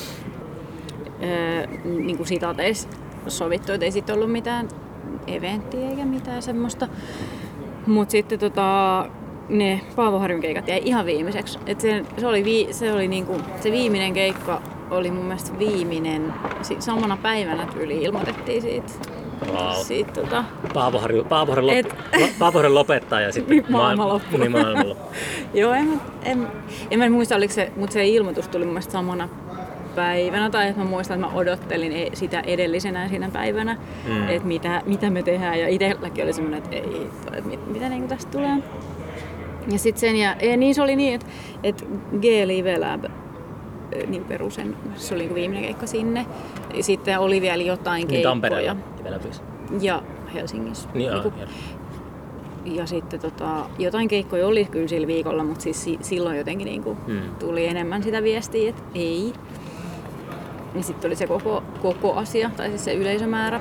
niin sitaateissa sovittu, että ei sit ollut mitään eventtiä eikä mitään semmoista. Mut sitten ne Paavo Harjun keikat jäi ihan viimeiseksi. Et se oli niinku, se viimeinen keikka oli mun mielestä viimeinen. Samana päivänä tyyliin ilmoitettiin siitä. Wow. Siitä Paavo Harju lopettaa ja sitten maailma loppuu. Niin maailma loppuu. Joo, en mä muista oliko se, mutta se ilmoitus tuli mun mielestä samana päivänä, tai että mä muistan, että mä odottelin sitä edellisenä siinä päivänä, että mitä me tehdään, ja itselläkin oli semmoinen, että mitä niin tästä tulee. Ja sitten niin se oli niin, että G-Live Lab niin perusen, se oli viimeinen keikka sinne. Sitten oli vielä jotain keikkoja. Tampereella ja Helsingissä. Niin, ja sitten jotain keikkoja oli kyllä sillä viikolla, mutta siis silloin jotenkin tuli enemmän sitä viestiä, että ei. Ja sitten oli se koko asia, tai siis se yleisömäärä.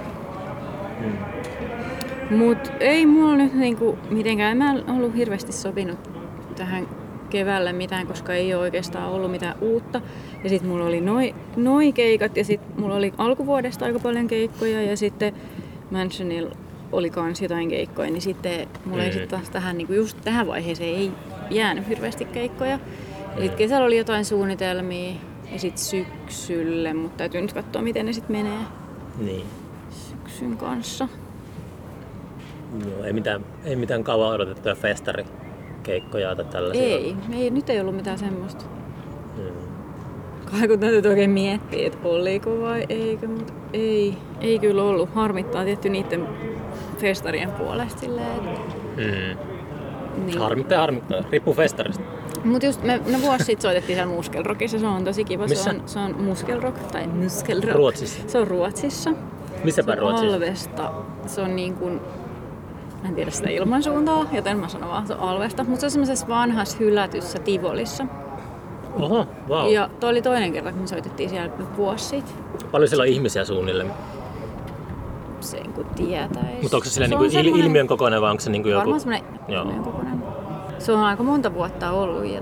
Mut ei mulla nyt mitenkään, mä en ollut hirveästi sopinut tähän keväälle mitään, koska ei ole oikeastaan ollut mitään uutta. Ja sitten mulla oli noi keikat, ja sitten mulla oli alkuvuodesta aika paljon keikkoja, ja sitten Mansionilla oli kans jotain keikkoja, niin sitten mulla ei sitten taas just tähän vaiheeseen ei jäänyt hirveästi keikkoja. Ja sitten kesällä oli jotain suunnitelmia, Ja sit syksylle, mutta täytyy nyt katsoa miten ne sit menee Niin. syksyn kanssa. Joo, ei mitään kauan odotettuja festarikeikkoja tai tällaisia. Ei, nyt ei ollut mitään semmoista. Kai kun täytyy oikein miettiä, että oliko vai eikö, mutta ei kyllä ollut. Harmittaa tietty niiden festarien puolesta silleen. Niin. Harmittaa. Riippuu festarista. Mut just me vuosi sitten soitettiin siellä Muskelrockissa, se on tosi kiva. Missä? Se on Muskelrock tai Muskelrock. Ruotsissa? Se on Ruotsissa. Missä päin Ruotsissa? Alvesta. Se on niin kuin, en tiedä sitä ilmansuuntaa, joten mä sanon vaan, se on Alvesta. Mutta se on semmoisessa vanhassa hylätyssä Tivolissa. Oho, wow. Ja toi oli toinen kerta, kun me soitettiin siellä vuosi sitten. Paljon siellä on ihmisiä suunnilleen. Sen kun tietäis. Mutta onko se silleen niinku ilmiön kokoinen vai onko se niinku joku? Varmaan semmoinen ilmiön kokoinen. Se on aika monta vuotta ollut ja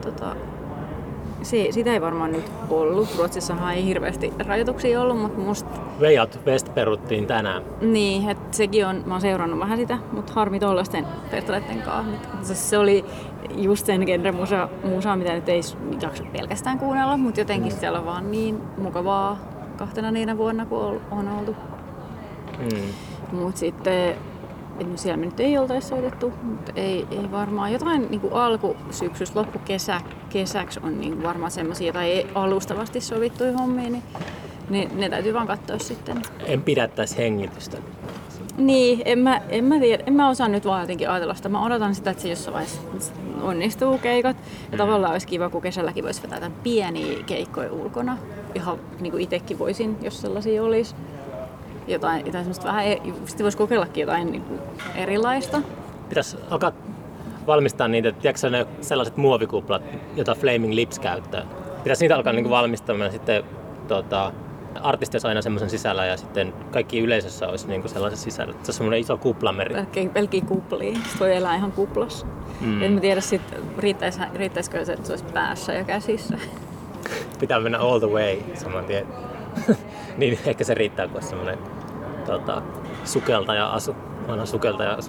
sitä ei varmaan nyt ollut. Ruotsissahan ei hirveästi rajoituksia ollut, mutta musta... Way Out West peruttiin tänään. Niin, että sekin on, mä oon seurannut vähän sitä, mutta harmi tollaisten festareiden kanssa. Se oli just sen genre musaa, mitä nyt ei jaksa pelkästään kuunnella, mutta jotenkin siellä on vaan niin mukavaa 2 niinä vuonna, kun on oltu. Mut sitten, siellä me nyt ei oltaisi soitettu, mutta ei varmaan. Jotain niin alkusyksystä, loppukesäksi on niin varmaan semmosia tai alustavasti sovittuja hommia, niin ne täytyy vaan katsoa sitten. En pidättäisi hengitystä. Niin, en mä tiedä. En mä osaa nyt vaan jotenkin ajatella sitä. Mä odotan sitä, että se jossain vaiheessa onnistuu keikat. Ja tavallaan olisi kiva, kun kesälläkin voisi vetää tämän pieniä keikkoja ulkona. Ihan niin kuin itsekin voisin, jos sellaisia olisi. Jotain semmoista vähän, sitten voisi kokeillakin jotain niin kuin erilaista. Pitäisi alkaa valmistaa niitä, tiedätkö ne sellaiset muovikuplat, joita Flaming Lips käyttää. Pitäisi niitä alkaa niin kuin valmistamaan sitten artisti olisi aina semmoisen sisällä ja sitten kaikki yleisössä olisi niin kuin sellaisen sisällä. Se on semmoinen iso kuplameri. Pelkkiä kuplia. Sitten voi elää ihan kuplassa. En mä tiedä sitten, riittäisikö se, että se olisi päässä ja käsissä. Pitää mennä all the way saman tien. Niin ehkä se riittää, kun on semmoinen sukeltaja-asu. Vanha sukeltaja-asu.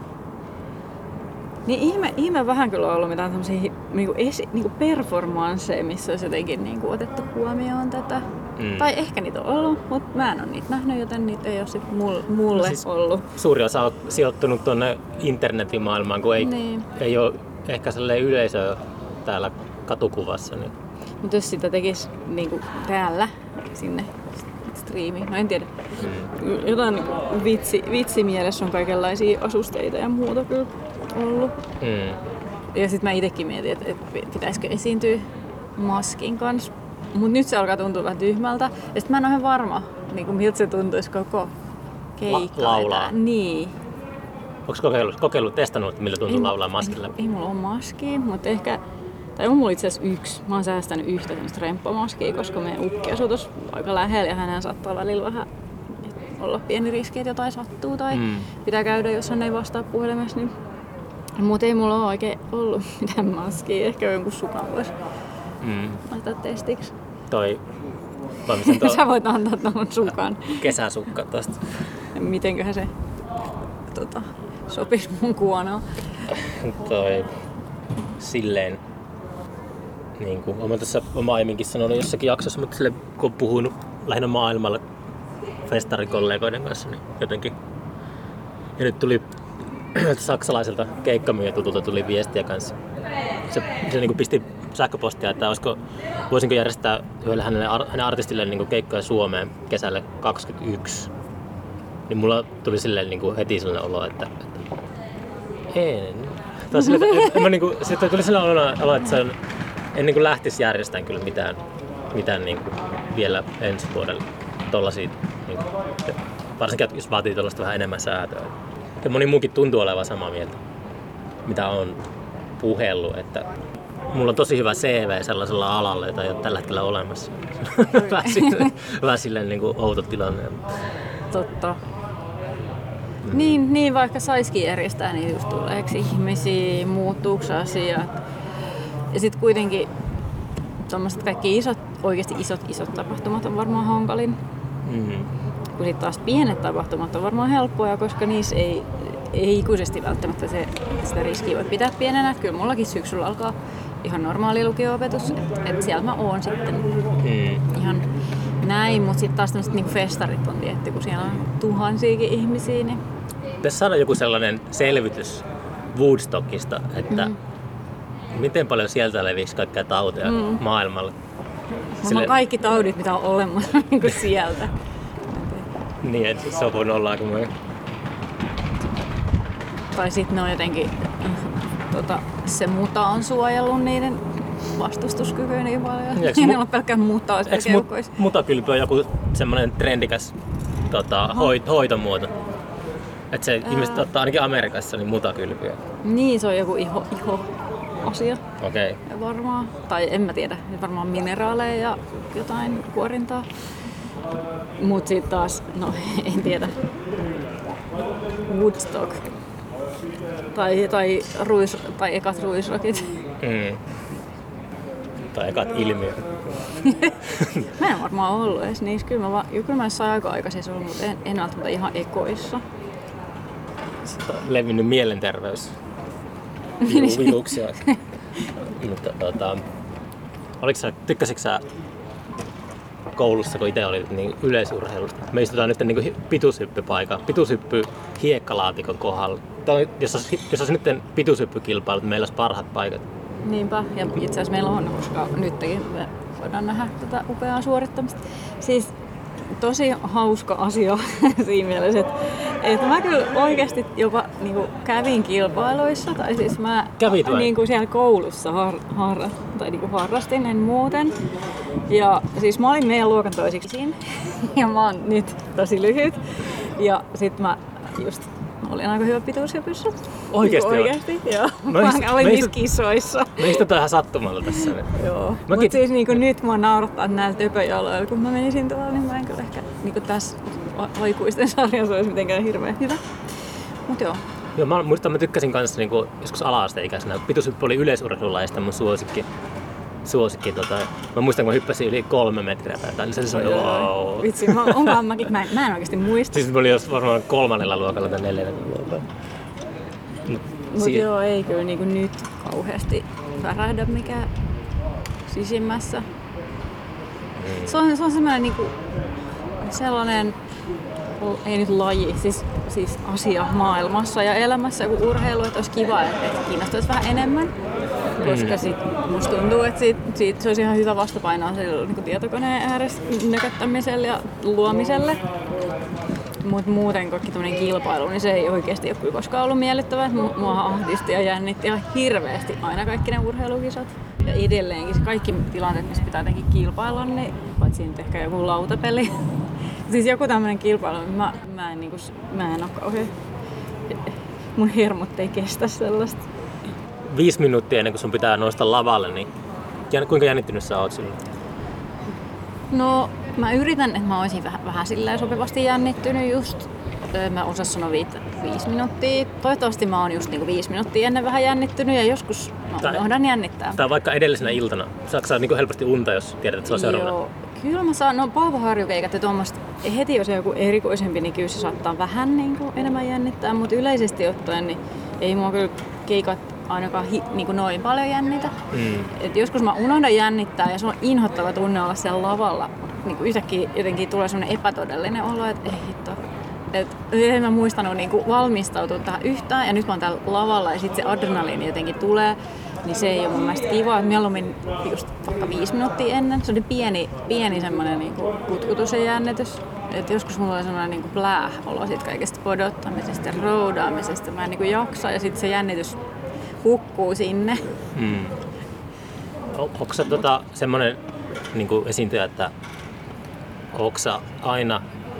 Niin ihme vähän kyllä on ollut mitään tämmöisiä niinku performansseja, missä olisi jotenkin niinku otettu huomioon tätä. Tai ehkä niitä on ollut, mutta mä en ole niitä nähnyt, joten niitä ei ole sit mulle siis ollut. Suuri osa on sijoittunut tuonne internetin maailmaan, kun ei ole ehkä sellainen yleisö täällä katukuvassa. Niin. Mutta jos sitä tekisi niinku täällä sinne striimiin, no en tiedä. Jotain niinku vitsimielessä on kaikenlaisia asusteita ja muuta kyllä ollut. Ja sit mä itekin mietin, että pitäisikö esiintyä maskin kanssa. Mut nyt se alkaa tuntua vähän tyhmältä. Ja sit mä en ole ihan varma, niin miltä se tuntuisi koko keikka. Laulaa? Niin. Onko testannut, miltä tuntuu laulaa maskilla? Ei mulla ole maskia, mutta ehkä... Tai on mulla itse asiassa yksi. Mä oon säästänyt yhtä tämmöistä remppamaskia, koska meidän ukki asuu tossa aika lähellä ja hänen saattaa välillä vähän olla pieni riski, että jotain sattuu tai pitää käydä, jos hän ei vastaa puhelimessa. Niin... Mutta ei mulla ole oikein ollut mitään maskia. Ehkä jonkun sukan voisi laittaa testiksi. Sä voit antaa tuon sukan. Kesäsukka tosta. Mitenköhän se sopisi mun kuonoon? Silleen, niin kuin olen tässä aiemminkin sanonut jossakin jaksossa, mutta sille, kun olen puhunut lähinnä maailmalla festarikollegoiden kanssa, niin jotenkin. Ja nyt tuli saksalaiselta keikkamyyjätutulta tuli viestiä kanssa. Se niin kuin pisti sähköpostia, että voisinko järjestää yhdelle hänen artistille niin kuin keikkoja Suomeen kesälle 2021. Niin mulla tuli silleen niin kuin heti sellainen olo, että en. Sitten tuli sellainen olo, että en niin kuin lähtisi järjestämään kyllä mitään niin kuin vielä ensi vuodelle tollasia, niin kuin, varsinkin jos vaatii tollaista vähän enemmän säätöä. Ja moni muukin tuntuu olevan samaa mieltä, mitä on puhellut, että mulla on tosi hyvä CV sellaisella alalla, jota ei ole tällä hetkellä olemassa. Vähän silleen niin kuin outo tilanne. Totta. Niin, vaikka saisikin järjestää, niin just tuleeko ihmisiä, muuttuuko asiat. Ja sitten kuitenkin tommoset kaikki oikeasti isot tapahtumat on varmaan hankalin. Kun sitten taas pienet tapahtumat on varmaan helppoja, koska niissä ei ei ikuisesti välttämättä sitä riskiä voi pitää pienenä. Kyllä mullakin syksyllä alkaa ihan normaali lukio-opetus, että siellä mä oon sitten ihan näin, mutta sitten taas tämmöiset niinku festarit on tietty, kun siellä on tuhansiakin ihmisiä. Niin... Tässä saada joku sellainen selvitys Woodstockista, että miten paljon sieltä levisi kaikkia tauteja maailmalle. Sille... kaikki taudit, mitä on olemassa niin sieltä. Niin, että se on voinut olla aika monen. Tai sitten ne on jotenkin, se muta on suojellut niiden vastustuskykyä niin paljon. Niillä on pelkkää mutaa keuhkoissa. Mutakylpy on joku semmoinen trendikäs hoitomuoto. Että se ihmiset ottaa ainakin Amerikassa niin mutakylpyä. Niin, se on joku iho asia. Okei. Okay. Varmaan, tai en mä tiedä, varmaan mineraaleja ja jotain kuorintaa. Mut sit taas, no en tiedä. Woodstock. Tai ekat ruisrokit. Tai ekat ilmiöt. Mä en varmaan ollut edes niissä. Kyllä mä sain aika aikaisessa ollut, mutta en välttämättä ihan ekoissa. Sitten on levinnyt mielenterveys. Viruksia. Mutta tykkäsitkö sä koulussa, kun itse olit niin yleisurheilusta? Me istutaan nyt niin pituushyppy hiekkalaatikon kohdalla. Jos olisi nyt pituushyppykilpailut, meillä olisi parhaat paikat. Niinpä, ja itse asiassa meillä on, koska nytkin me voidaan nähdä tätä upeaa suorittamista. Siis tosi hauska asia siinä mielessä, että mä kyllä oikeasti jopa niinku kävin kilpailuissa, tai siis mä niinku siellä koulussa harrastin, en muuten. Ja siis mä olin meidän luokan toisiksi ja mä oon nyt tosi lyhyt. Ja sit mä just olin aika hyvä pituushypyssä. Oikeesti? Joo. Mä olin niissä kisoissa. Me istutaan ihan sattumalla tässä. Joo. Mut siis niinku nyt mua naurattaa näillä töpöjaloilla. Kun mä menisin tuolla, niin mä en kyllä ehkä niinku tässä aikuisten sarjassa olisi mitenkään hirveän hyvä. Mut joo. Joo, mä muistan, mä tykkäsin kanssa niinku joskus ala-asteikäisenä. Pituushyppy oli yleisurheilulaista mun suosikki. Mä muistan, kun mä hyppäsin yli 3 metriä tai jotain, niin se oli wow. Vitsi, mä en oikeesti muista. Siis mä olin varmaan 3. luokalla tai 4. luokalla. Mut joo, ei kyllä niinku nyt kauheasti värähdä mikään sisimmässä. Se on semmoinen niinku sellainen, ei nyt laji, siis asia maailmassa ja elämässä, joku urheilu, että olisi kiva, että kiinnostaisi vähän enemmän. Koska sit musta tuntuu, että siitä se olisi ihan hyvä vastapainoa niin tietokoneen ääressä nököttämiselle ja luomiselle. Mutta muuten kaikki tämmöinen kilpailu, niin se ei oikeasti ole kyllä koskaan ollut miellyttävää. Mua ahdisti ja jännitti ihan hirveästi aina kaikki ne urheilukisat. Ja edelleenkin kaikki tilanteet, missä pitää jotenkin kilpailla, niin paitsi nyt ehkä joku lautapeli. Siis joku tämmöinen kilpailu, mä en ole kauhean... Mun hermot ei kestä sellaista. 5 minuuttia ennen kuin sun pitää nousta lavalle, niin kuinka jännittynyt sä oot silloin? No, mä yritän, että mä olisin vähän silleen sopivasti jännittynyt just. Mä osaan sanoa 5 minuuttia. Toivottavasti mä oon just niinku 5 minuuttia ennen vähän jännittynyt ja joskus mä unohdan jännittää. Tai vaikka edellisenä iltana. Saatko sä niinku helposti unta, jos tiedät, että se on seuraavana? Joo, kyllä mä saan. No paavoharjukeikat ja tuommoista. Heti jos joku erikoisempi, niin kyllä se saattaa vähän niinku enemmän jännittää. Mutta yleisesti ottaen, niin ei mua kyllä keikat ainakaan niinku noin paljon jännitä. Et joskus mä unohdan jännittää ja se on inhottava tunne olla siellä lavalla. Niinku yhtäkkiä jotenkin tulee semmoinen epätodellinen olo, että ei hitto. En mä muistanut niinku valmistautua tähän yhtään ja nyt mä oon täällä lavalla ja sitten se adrenaliini jotenkin tulee. Niin se ei ole mun mielestä kiva. Mieluummin just vaikka 5 minuuttia ennen. Se on pieni semmoinen niinku kutkutus ja jännitys. Et joskus mulla oli semmoinen niinku olo siitä kaikesta odottamisesta ja roudaamisesta. Mä en niinku jaksa ja sitten se jännitys hukkuu sinne. Onko sä semmoinen niinku esiintyjä, että onko sä aina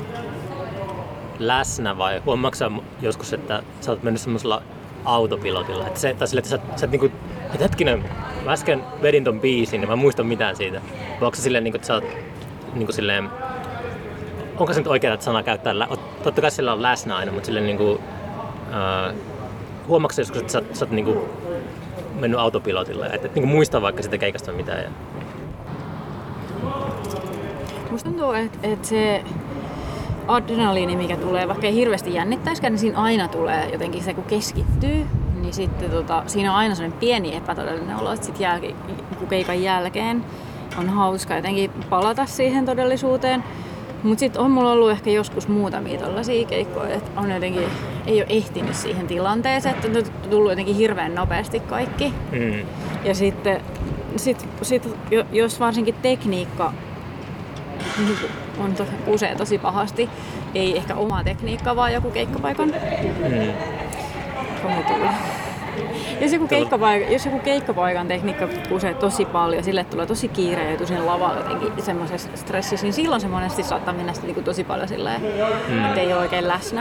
läsnä vai huomaatko sä joskus, että sä oot mennyt semmoisella autopilotilla? Että sä et niinku, että hetkinen, mä äsken vedin ton biisin ja mä en muista mitään siitä. Vai onko se silleen, että sä oot niinku silleen, onko se nyt oikein sana käyttää, totta kai sillä on läsnä aina, mutta silleen niinku, huomaatko sä joskus, että sä oot niinku mennyt autopilotilla, että et niinku muista vaikka sitä keikasta mitään? Ja... Musta tuntuu, että se adrenaliini, mikä tulee, vaikka ei hirveästi jännittäisikään, niin siinä aina tulee jotenkin se, kun keskittyy, niin sitten siinä on aina sellainen pieni epätodellinen olo, että sitten keikan jälkeen on hauska jotenkin palata siihen todellisuuteen. Mutta sitten on mulla ollut ehkä joskus muutamia tollaisia keikkoja, että on jotenkin, ei ole ehtinyt siihen tilanteeseen, että on tullut jotenkin hirveän nopeasti kaikki. Ja sitten jos varsinkin tekniikka on usein tosi pahasti, ei ehkä omaa tekniikkaa, vaan joku keikkapaikan. Jos joku keikkapaikan tekniikka kusee tosi paljon, sille tulee tosi kiire ja joutuu sen lavalle jotenkin semmoisessa stressissä, niin silloin se monesti saattaa mennä tosi paljon silleen, että ei ole oikein läsnä.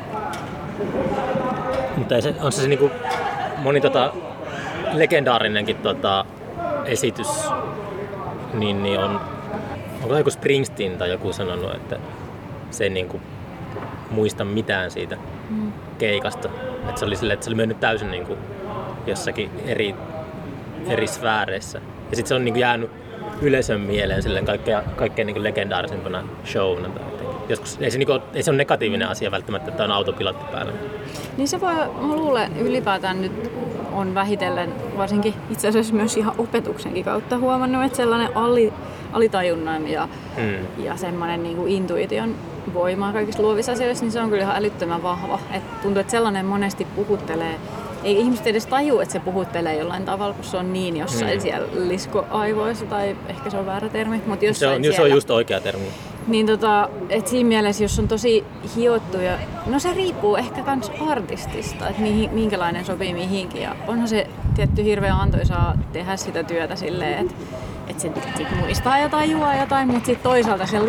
Mutta on se niinku moni legendaarinenkin esitys, niin onko joku Springsteen tai joku sanonut, että se ei niinku muista mitään siitä keikasta. Että se oli mennyt täysin niinku jossakin eri sfääreissä. Ja sitten se on niinku jäänyt yleisön mieleen silleen kaikkein niinku legendaarisimpana showna. Joskus ei se ole negatiivinen asia välttämättä, että on autopilotti päällä. Niin se voi, mä luulen, ylipäätään nyt on vähitellen, varsinkin itse asiassa myös ihan opetuksenkin kautta huomannut, että sellainen alitajunnan ja semmoinen niinku intuition voima kaikissa luovissa asioissa, niin se on kyllä ihan älyttömän vahva. Et tuntuu, että sellainen monesti puhuttelee. Ei ihmiset edes tajua, että se puhuttelee jollain tavalla, kun se on niin jossain siellä liskoaivoissa, tai ehkä se on väärä termi, mutta jossain se on just oikea termi. Niin et siinä mielessä, jos on tosi hiottu, no se riippuu ehkä kans artistista, että minkälainen sopii mihinkin. Ja onhan se tietty hirveän antoisaa tehdä sitä työtä silleen, että se sit muistaa jotain, juo jotain, mutta sitten toisaalta se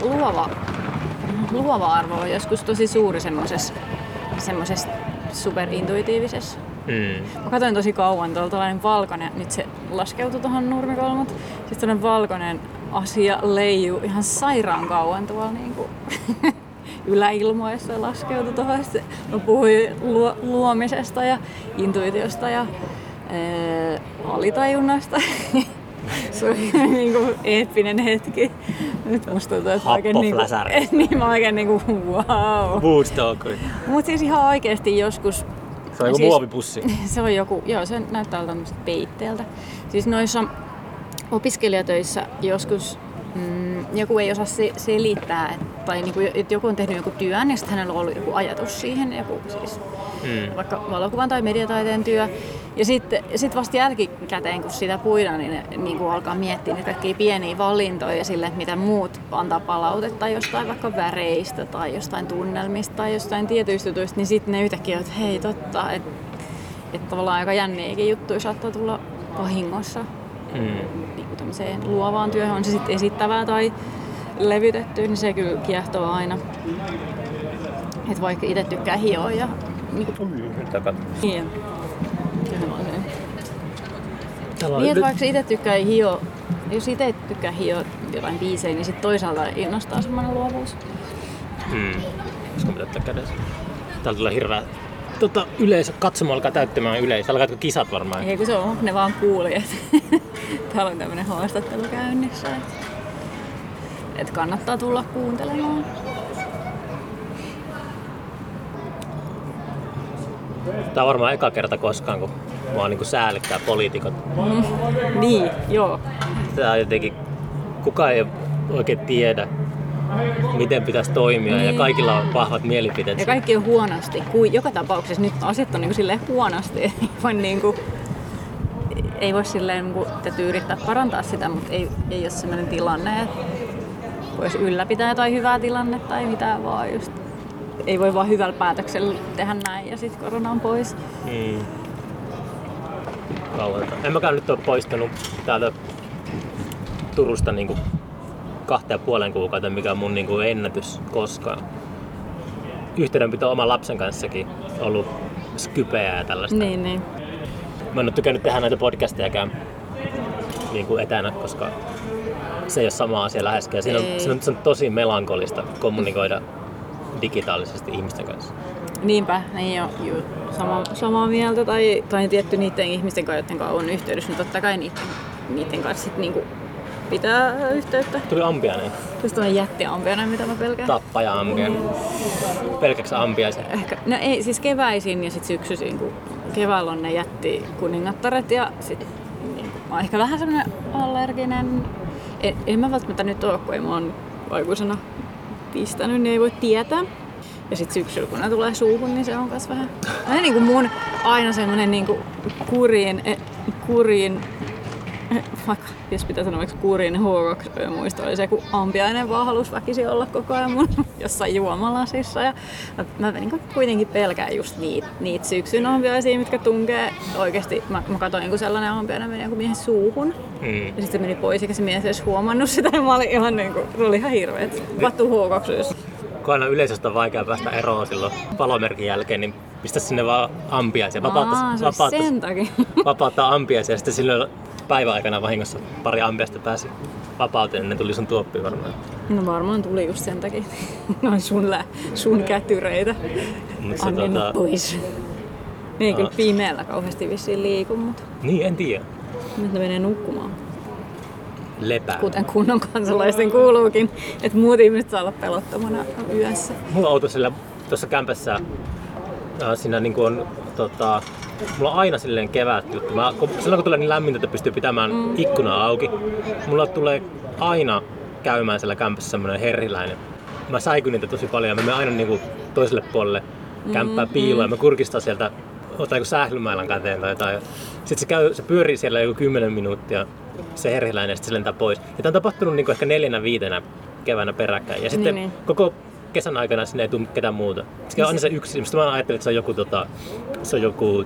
luova arvo on joskus tosi suuri semmoisessa superintuitiivisessa. Mä katsoin tosi kauan tuollainen valkoinen, nyt se laskeutui tuohon nurmikolmot, sitten tuollainen valkoinen asia leijuu ihan sairaan kauan tuolla niinku yläilmoissa laskeutui tuohon. Mä puhuin luomisesta ja intuitiosta ja alitajunnasta. Se oli niinku eeppinen hetki. Nyt musta tuntuu, että mä oikein niinku wow. Woodstock. Mut siis ihan oikeesti joskus. Se on joku muovipussi. Se on joku, joo, se näyttää tämmöiseltä peitteeltä. Siis noissa opiskelijatöissä joskus joku ei osaa selittää, tai niinku, että joku on tehnyt joku työn ja sitten hänellä on ollut joku ajatus siihen, joku siis vaikka valokuvan tai mediataiteen työ. Ja sitten vasta jälkikäteen, kun sitä puidaan, niin alkaa miettiä niitä kaikkia pieniä valintoja ja sille, että mitä muut antaa palautetta jostain vaikka väreistä tai jostain tunnelmista tai jostain tietyistä jutuista, niin sitten ne yhtäkkiä, että hei totta, että tavallaan aika jänniäkin juttuja saattaa tulla vahingossa. Niin kuin tämmöiseen luovaan työhön, on se sitten esittävää tai levytetty, niin se kyllä kiehtoo aina. Että vaikka itse tykkää hioa ja niin, että vaikka itse tykkää hioa, jos itse tykkää hioa jotain biisejä, niin sitten toisaalta innostaa semmoinen luovuus. Koska mitä ottaa kädessä? Täällä tulee hirveä yleisö, katsomo alkaa täyttämään yleisö. Alkaatko kisat varmaan? Ei kun se on, ne vaan kuuli, että täällä on tämmönen haastattelu käynnissä. Että kannattaa tulla kuuntelemaan. Tää on varmaan eka kerta koskaan, kun mua niinku säälittää poliitikot. Niin, joo. Tää on jotenkin, kukaan ei oikein tiedä, miten pitäisi toimia ja kaikilla on vahvat mielipiteet. Ja kaikki on huonosti. Joka tapauksessa nyt asiat on niinku silleen huonosti. Ei voi silleen niinku, täytyy yrittää parantaa sitä, mutta ei ole sellainen tilanne, että voisi ylläpitää jotain hyvää tilannetta tai mitään vaan just. Ei voi vaan hyvällä päätöksellä tehdä näin ja sitten korona on pois. Kauanta. En mäkään nyt ole poistunut täältä Turusta niinku 2,5 kuukautta, mikä on mun niinku ennätys koskaan. Yhteydenpito oman lapsen kanssakin ollut skypeää ja tällaista. Niin. Mä en ole tykännyt tehdä näitä podcastejakään niinku etänä, koska se ei ole sama asia läheskään. Se on tosi melankolista kommunikoida digitaalisesti ihmisten kanssa. Niinpä, niin jo samaa mieltä tai tietty niiden ihmisten kanssa, joiden kanssa on yhteydessä, niin totta kai niiden kanssa sit niinku pitää yhteyttä. Tuli ampiainen. Just on jättiampiainen, mitä mä pelkään. Tappaja-ampiainen. Pelkäksä ampiaisen? Ehkä, no ei, siis keväisin ja sit syksyisin, kun keväällä on ne jättikuningattaret ja sit niin, mä oon ehkä vähän semmonen allerginen. En mä välttämättä nyt oo, kun ei mä oon aikuisena pistänyt, niin ei voi tietää. Ja sit syksyllä, kun ne tulee suuhun, niin se on kas vähän niin kuin mun aina semmonen niinku kuriin vaikka jos pitää sanoa kurin H2-muisto oli se, kun ampiainen vaan halusi väkisin olla koko ajan mun jossain juomalasissa. Ja mä niin kuitenkin pelkään just niitä syksyn ampiaisia, mitkä tunkee oikeesti. Mä katsoin, kun sellainen ampiainen meni jonkun miehen suuhun. Ja sitten se meni pois, eikä se mies edes huomannut sitä. Ja mä olin ihan niinku, se oli ihan hirveet. Vattu H2. Kun aina yleisöstä on vaikea päästä eroon silloin palomerkin jälkeen, niin pistä sinne vaan ampiaisia. Vapauttaa ampiaisia ja sitten silloin päivän aikana vahingossa pari ampiaista pääsi vapauteen, ne tuli sun tuoppiin varmaan. No varmaan tuli just sen takia. Noin sun kätyreitä. Anne nyt pois. Ne ei kyllä pimeällä kauheasti vissiin liiku, mutta... Niin, en tiedä. Nyt ne menee nukkumaan. Lepää. Kuten kunnon kansalaisten kuuluukin, että muut ihmiset saa olla pelottomana yössä. Mulla on outo sillä tuossa kämpässä, siinä niin kuin on mulla on aina silleen kevät juttu. Silloin kun tulee niin lämmintä, että pystyy pitämään ikkunaa auki, mulla tulee aina käymään siellä kämpässä semmoinen herriläinen. Mä säikyn niitä tosi paljon ja mä menen aina niin kuin toiselle puolelle kämppää piiloon ja mä kurkistan sieltä, otan joku sählymailan käteen tai jotain. Sitten se pyörii siellä joku 10 minuuttia, se herriläinen, ja sitten se lentää pois. Ja tää on tapahtunut niin kuin ehkä 4-5 keväänä peräkkäin. Ja sitten koko kesän aikana sinne ei tule ketään muuta. Sitten on aina se yksi. Mistä mä ajattelin, että se on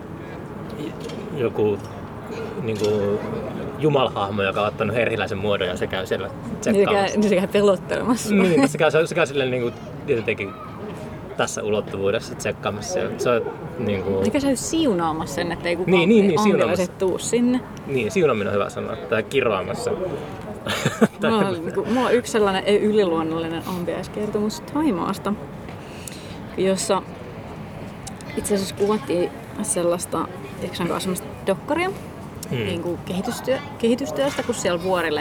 joku niinku jumalhahmo, joka on ottanut herriläisen muodon ja se käy siellä tsekkaamassa. Se käy pelottelemassa. Niin, se käy silleen niinku jotenkin tässä ulottuvuudessa tsekkaamassa. Se on niinku... Eikä se ole siunaamassa sen, ettei kukaan ambilaiset tuu sinne. Niin, siunaaminen on hyvä sana. Tai kiroamassa. Mulla on yksi sellainen yliluonnollinen ampiaiskertomus Thaimaasta, jossa itse asiassa kuvattiin sellaista dokkaria niin kuin kehitystyöstä, kun siellä vuorilla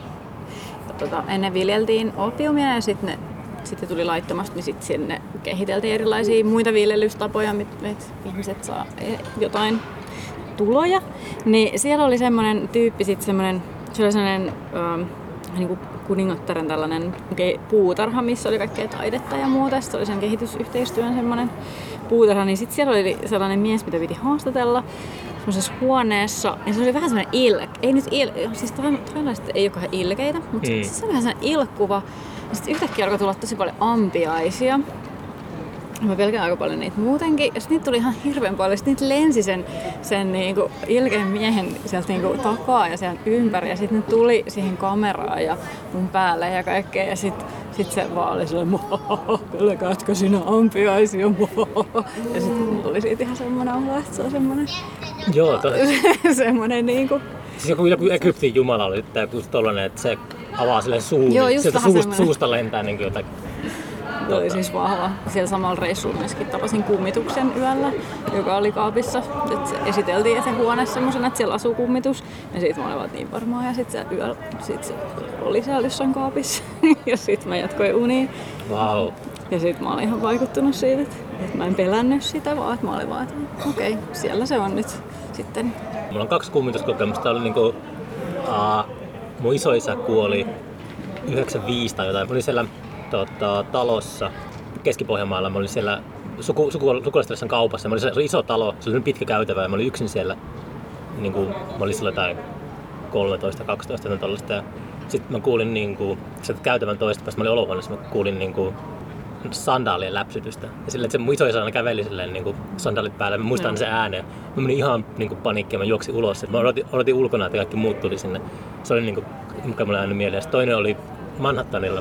ennen viljeltiin oopiumia ja sitten tuli laittomasti, niin sitten sinne kehiteltiin erilaisia muita viljelystapoja, että ihmiset saa jotain tuloja. Niin siellä oli semmoinen tyyppi, se oli sellainen niin kuin kuningattaren tällainen puutarha, missä oli kaikkea taidetta ja muuta. Se oli sen kehitysyhteistyön semmoinen puutarha, niin sitten siellä oli sellainen mies, mitä piti haastatella semmoisessa huoneessa. Ja se oli vähän semmoinen siis thailaiset ei ole kauhean ilkeitä, mutta se oli vähän semmoinen ilkkuva. Ja sitten yhtäkkiä alkoi tulla tosi paljon ampiaisia. Mä pelkään aika paljon niitä muutenkin. Ja sitten niitä tuli ihan hirveän paljon. Sitten niitä lensi sen niinku ilkeän miehen sieltä niinku takaa ja sen ympäri. Ja sitten ne tuli siihen kameraan ja mun päälle ja kaikkea. Ja sit se vaan oli silleen, pelkäätkö sinä ampiaisia? Ja sitten tuli siitä ihan semmonen olo, että se on semmonen... Joo, semmonen niinku... Siis joku Egyptin jumala oli joku tollanen, että se avaa silleen suun. Joo, just sieltä suusta lentää niinku jotain. Oli siis vahva. Siellä samalla reissulla myöskin tapasin kummituksen yöllä, joka oli kaapissa. Et se esiteltiin se huone semmosena, että siellä asuu kummitus. Ja siitä mä olin vaan niin varmaa. Ja sit se oli siellä jossain kaapissa. Ja sit mä jatkoin uniin. Wow. Ja sit mä olin ihan vaikuttunut siitä, että mä en pelännyt sitä, vaan että mä olin vaan, että okei, siellä se on nyt sitten. Mulla on 2 kummituskokemusta. Oli niinku, mun isoisä kuoli 95 tai jotain. Mä olin siellä talossa Keski-Pohjanmaalla. Mä olin siellä sukulaistyössä kaupassa. Mä olin siellä iso talo, se oli pitkä käytävä ja mä olin yksin siellä. Niin kuin, mä olin siellä jotain 13-12 ja tollaista. Sitten mä kuulin niin sieltä käytävän toista päästä, mä olin olohuoneessa, mä kuulin niin kuin sandaalien läpsytystä. Ja silleen, että se mun isoisä aina käveli silleen niin kuin sandaalit päällä. Mä muistan sen ääneen. Mä menin ihan niin kuin paniikkiin, mä juoksin ulos. Mä odotin ulkona, että kaikki muut tuli sinne. Se oli niin kuin, mikä mulle aina mieleen. Toinen oli Manhattanilla.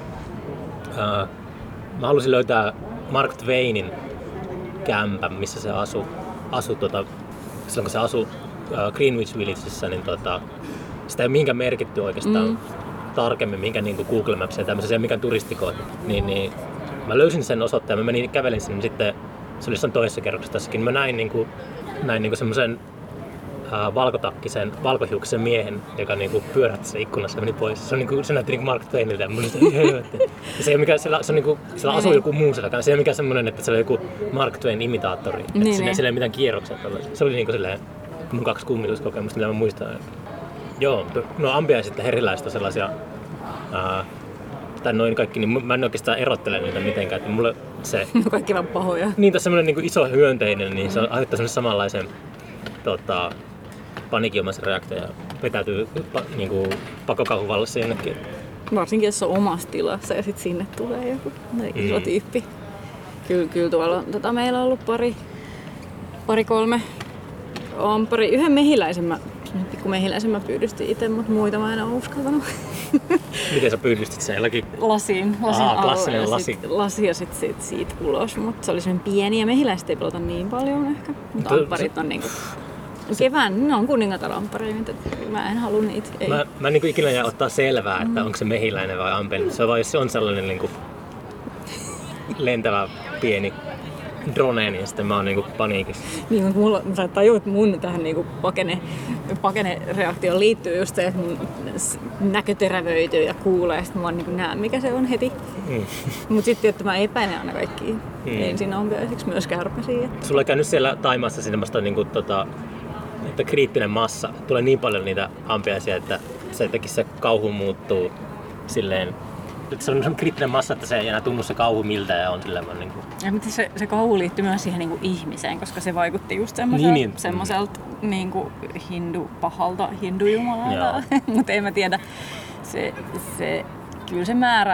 Mä halusin löytää Mark Twainin kämpän, missä se asui silloin kun se asui Greenwich Villagessa, niin sitä ei ole mihinkään merkitty oikeastaan tarkemmin, mihinkään niin Google Maps ja tämmöisiä, mihinkään turistikoita. Niin mä löysin sen osoitteen, mä kävelin sinne, niin sitten se oli jossain toisessa kerroksessa tässäkin, mä näin semmoisen valkotakkisen, valkohiukkisen miehen, joka niinku pyörähti se ikkunassa ja meni pois. Se on niinku, se näytti niinku Mark Twainilta ja mulla se ei mikään, se on niinku, siellä asuu joku muu siellä. Se ei ole mikään semmoinen, että se oli joku Mark Twain imitaattori. Sillä ei mitään kierroksia. Se oli niinku silleen mun 2 kummituskokemusta, mitä mä muistan. Joo, no ambiaiset ja heriläiset on sellaisia, tai noin kaikki, niin mä en oikeastaan erottele niitä mitenkään. Että mulle se... No kaikki vaan pahoja. Niin, tässä semmoinen niinku iso hyönteinen, niin se aiheuttaa semmoinen samanlaisen paniikinomaisen reaktio ja vetäytyy niinku pakokauhuvallassa jonnekin. Varsinkin jos on omassa tilassa ja sit sinne tulee joku iso tyyppi. Kyllä tuolla meillä on ollut pari-kolme ampari. Yhden pikku mehiläisen mä pyydystin itse, mutta muita mä en ole uskaltanut. Miten sä pyydystit sen jollakin? Lasin alla klassinen ja lasi. Lasi ja sit siitä ulos, mutta se oli semmoinen pieni ja mehiläiset ei pelota niin paljon ehkä. Mutta ampparit on niinku... Kevään, ne on kuningatar-amppareita, mä en halua niitä. Ei. Mä en niinku ikinä jää ottaa selvää, että onko se mehiläinen vai ampeli. Se on vaan, jos se on sellainen niinku lentävä pieni drone, niin sitten mä oon niinku paniikissa. Niin, mutta sä tajuut mun tähän niinku pakene-reaktioon liittyy just se, että mun näkö terävöityy ja kuulee, ja sit mä niinku näen mikä se on heti. Mut sitten, että mä epäilen aina kaikkia ensin ampiaisiksi myös kärpäsiä. Sulla on käynyt siellä Thaimaassa semmoista niinku että kriittinen massa. Tulee niin paljon niitä ampiaisia, että se se kauhu muuttuu silleen. Se on semmoinen kriittinen massa, että se ei enää tunnu se kauhu miltä ja on silleen vaan niinku... Ja mutta se kauhu liittyy myös siihen niinku ihmiseen, koska se vaikutti just semmoiselta niinku pahalta hindujumalalta. Mutta en mä tiedä, kyllä se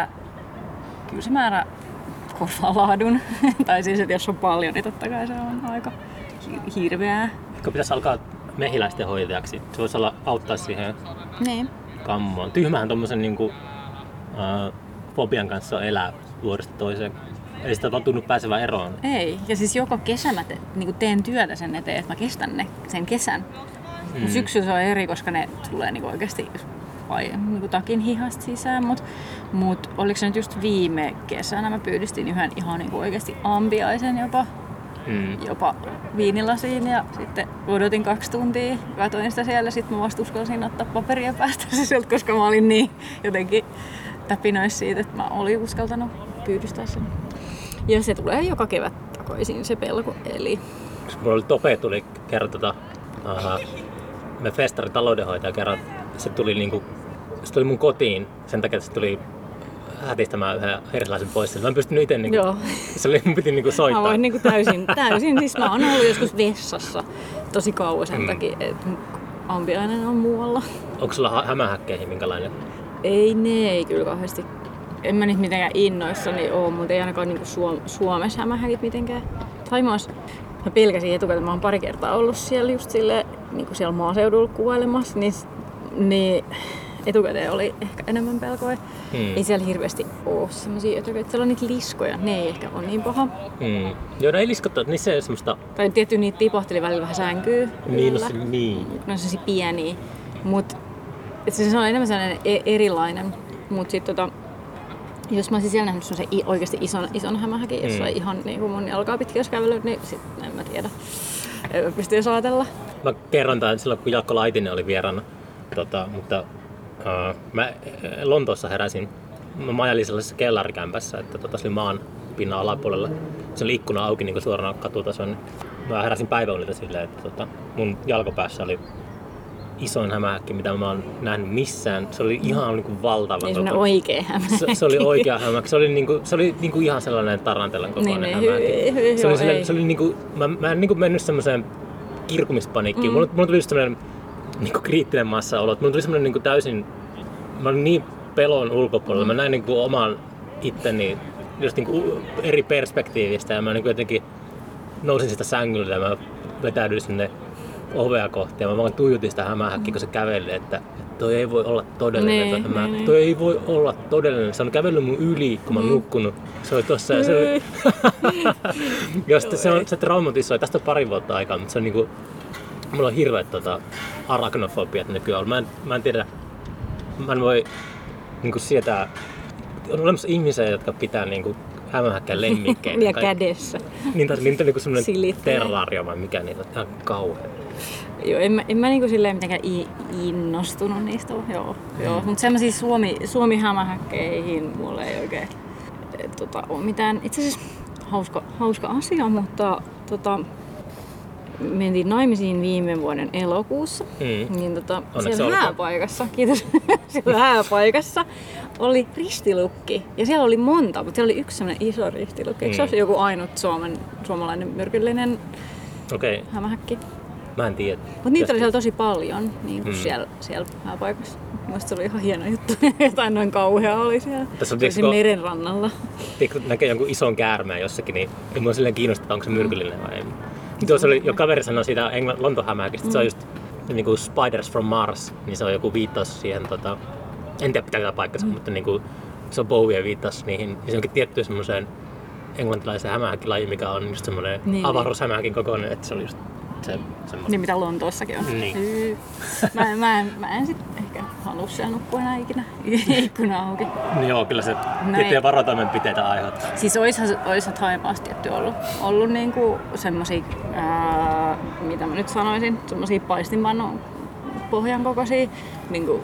määrä korvaa laadun. Tai siis, että jos on paljon, niin totta kai se on aika hirveää. Kun pitäisi alkaa mehiläisten hoitajaksi, se voisi auttaa siihen kammoon. Tyhmähän tommosen niinku fobian kanssa elää vuodesta toiseen. Ei sitä vaan tunnu pääsevän eroon. Ei. Ja siis joka kesä mä teen työtä sen eteen, että mä kestän sen kesän. Syksyllä se on eri, koska ne tulee niinku oikeasti niinku takin hihasta sisään. Mut oliko se nyt just viime kesänä mä pyydistin yhden ihan niinku oikeasti ampiaisen jopa viinilasiin ja sitten odotin 2 tuntia, katoin sitä siellä, sitten mä vasta uskalsin ottaa paperia päästä se sieltä, koska mä olin niin jotenkin täpinöissä siitä, että mä olin uskaltanut pyydystää sen. Ja se tulee joka kevät takaisin se pelko, eli... Mulla oli Tope tuli kerran me festarin taloudenhoitaja kerran, se tuli mun kotiin sen takia, että se tuli hätistämään yhden erilaisen pois. Mä en pystynyt itse mun piti soittaa. Mä voin täysin. Siis mä oon ollut joskus vessassa tosi kauan sen takia, että ampiainen on muualla. Onko sulla hämähäkkeihin minkälainen? Ei kyllä kauheasti. En mä nyt mitenkään innoissani oo, mutta ei ainakaan niinku Suomessa hämähäkit mitenkään. Thaimaassa mä pelkäsin etukäteen, mä oon pari kertaa ollut siellä just silleen, niinku siellä maaseudulla kuvailemassa, niin etukäteen oli ehkä enemmän pelkoja. Ei siellä hirveästi oo semmosia ötököitä. Siellä on niitä liskoja, ne ei ehkä ole niin paha. Joo, ne ei liskottaa, niissä ei ole semmoista... Tai tietty niitä tipahteli välillä vähän sänkyy. Niin. Ne on sellaisia pieniä. Mut se on enemmän sellainen erilainen. Mut sit jos mä olisin siellä nähnyt se oikeesti ison hämähäkin, jossa ihan niinku mun jalkaa pitkin jos kävellyt, niin sit en mä tiedä. Pystyy saatella. Mä kerron tämän silloin, kun Jaakko Laitinen oli vieraana. Mutta mä Lontoossa heräsin. Mä majailin sellaisessa kellarikämpässä, että se oli maan pinnan alapuolella. Se oli ikkuna auki niin suorana katutason. Mä heräsin päiväunilta silleen, että mun jalkopäässä oli isoin hämähäkki, mitä mä oon nähnyt missään. Se oli ihan niin valtava. Niin semmoinen oikea hämähäkki. Se oli oikea hämähäkki. Se oli ihan sellainen tarantellan kokoinen hämähäkki. Se oli niinku, mä en niinku mennyt semmoiseen kirkumispaniikkiin. Mulla tuli just semmoinen niinku kriittinen massa-olo. Mulla tuli semmoinen niinku täysin... Mä olin niin pelon ulkopuolella. Mä näin niinku oman itteni just niinku eri perspektiivistä ja mä niinku jotenkin nousin sitä sängyltä ja mä vetäydyin sinne ovea kohti ja mä vaan tuijutin sitä hämähäkkiä, kun se käveli, että toi ei voi olla todellinen. Toi ei voi olla todellinen. Se on kävellyt mun yli, kun mä oon nukkunut. Se oli tossa ja se oli... ja sitten se traumatisoi. Tästä on 2 vuotta aikaa, mutta se on niinku... Mulla on hirveet arachnofobiat nykyään. Mä en tiedä... Mä en voi niinku sietää... On olemassa ihmisiä, jotka pitää niinku hämähäkkien lemmikkeinä. Ja kädessä. Niitä on niinku semmoinen Silittelee. terrario vai mikä niitä on, ihan kauhea. Joo, en mä niinku silleen mitenkään innostunut niistä ole. Joo. Mutta semmosia Suomi-hämähäkkeihin mulle ei oikein ole mitään. Itse asiassa hauska asia, mutta mentiin naimisiin viime vuoden elokuussa. Niin siellä hääpaikassa, kiitos, siellä hääpaikassa oli ristilukki. Ja siellä oli monta, mutta siellä oli yksi semmoinen iso ristilukki. Eikö se ole joku ainut suomalainen myrkyllinen hämähäkki? Mä en tiedä. Mutta niitä oli siellä tosi paljon niin kuin siellä hääpaikassa. Mielestäni se oli ihan hieno juttu. Jotain noin kauheaa oli siellä. Tässä on meren rannalla. Kun näkee jonkun ison käärmeen jossakin, niin ei mua silleen kiinnostaa, onko se myrkyllinen vai ei. Tuossa oli jo kaveri sanoi siitä Lontohämähäkistä, että se on just niin kuin Spiders from Mars, niin se on joku viittaus siihen, en tiedä pitääkö tämä paikkansa, mutta niin kuin, se on Bowien viittaus niihin. Ja se onkin tiettyyn semmoiseen englantilaiseen hämähäkkilajiin, mikä on just semmoinen avaruushämähäkin kokoinen, että se oli just semmoinen. Niin mitä Lontoossakin on. Niin. Mä en sit ehkä halua siellä nukkua enää ikinä ikkuna auki. No joo, kyllä se tiettyjä varotoimenpiteitä aiheuttaa. Siis oishan Thaimaassa tietty ollut niinku semmosia, mitä mä nyt sanoisin, semmosia paistinpannun pohjan kokoisia, niinku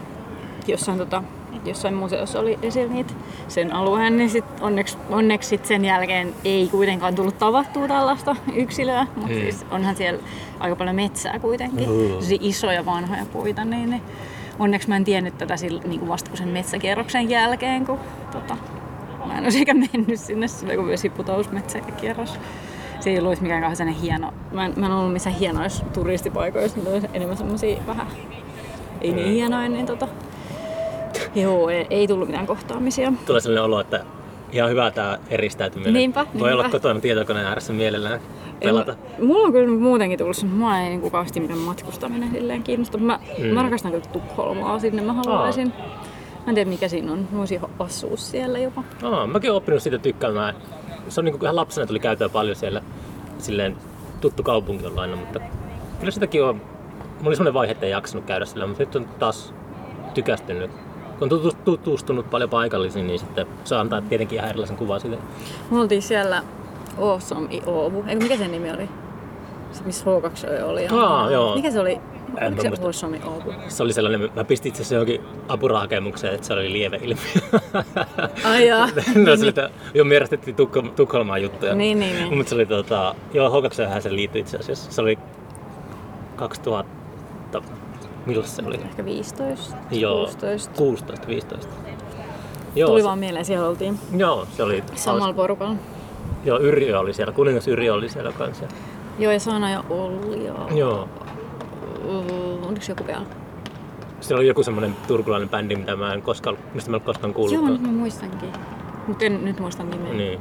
jossain museossa oli esillä niitä sen alueen, niin sit onneksi sit sen jälkeen ei kuitenkaan tullut tavattua tällaista yksilöä, mutta siis onhan siellä aika paljon metsää kuitenkin, isoja vanhoja puita, niin onneksi mä en tiennyt tätä niin vasta sen metsäkierroksen jälkeen, kun mä en olisi eikä mennyt sinne, se oli joku vesiputausmetsäkierros. Se ei ollut mikään kauhean hieno, mä en ollut missään hienoissa turistipaikoissa, mutta enemmän semmosia vähän ei niin hienoja, niin joo, ei tullut mitään kohtaamisia. Tulee sellainen olo, että ihan hyvä tää eristäytyminen. Niinpä. Voi olla kotona tietokoneen ääressä mielellään pelata. Mulla on kyllä muutenkin tullut sen, mua ei niin kauheasti mitään matkustaminen silleen kiinnosta. Mä rakastan kyllä Tukholmaa, sinne mä haluaisin. Mä en tiedä mikä siinä on, mä voisin asua siellä jopa. Mäkin oon oppinut siitä tykkäämään. Se on niin kuin ihan lapsena tuli käytyä paljon siellä, silleen tuttu kaupunki on aina, mutta kyllä sitäkin on. Mulla oli semmoinen vaihe, että ei jaksanut käydä siellä, mutta nyt on taas tykästynyt. Kun on tutustunut paljon paikallisiin, niin sitten se antaa tietenkin ihan erilaisen kuvan siitä. Me oltiin siellä Awesome i Åbo. Eikö mikä sen nimi oli? Se missä H2 oli. Joo. Mikä se oli? Oliko se Awesome i Åbo? Se oli sellainen, mä pistin itse asiassa johonkin apurahakemukseen, että se oli lieveilmiö. Ai jaa. Jo mierästettiin Tukholmaan juttuja. Niin. Mutta se oli H2 se liittyi itse asiassa. Se oli 2000. Milloin se oli? Ehkä 15, joo, 16. 16, 15. Tuli vaan mieleen, siellä oltiin. Joo, se oli samalla porukalla. Joo, Yrjö oli siellä, kuningas Yrjö oli siellä kanssa. Joo, ja Saana ja Olli ja... Joo. Oliko joku vielä? Siellä oli joku semmoinen turkulainen bändi, mistä mä en koskaan kuullut. Joo, nyt mä muistankin. Mutta en nyt muista nimeä. Niin.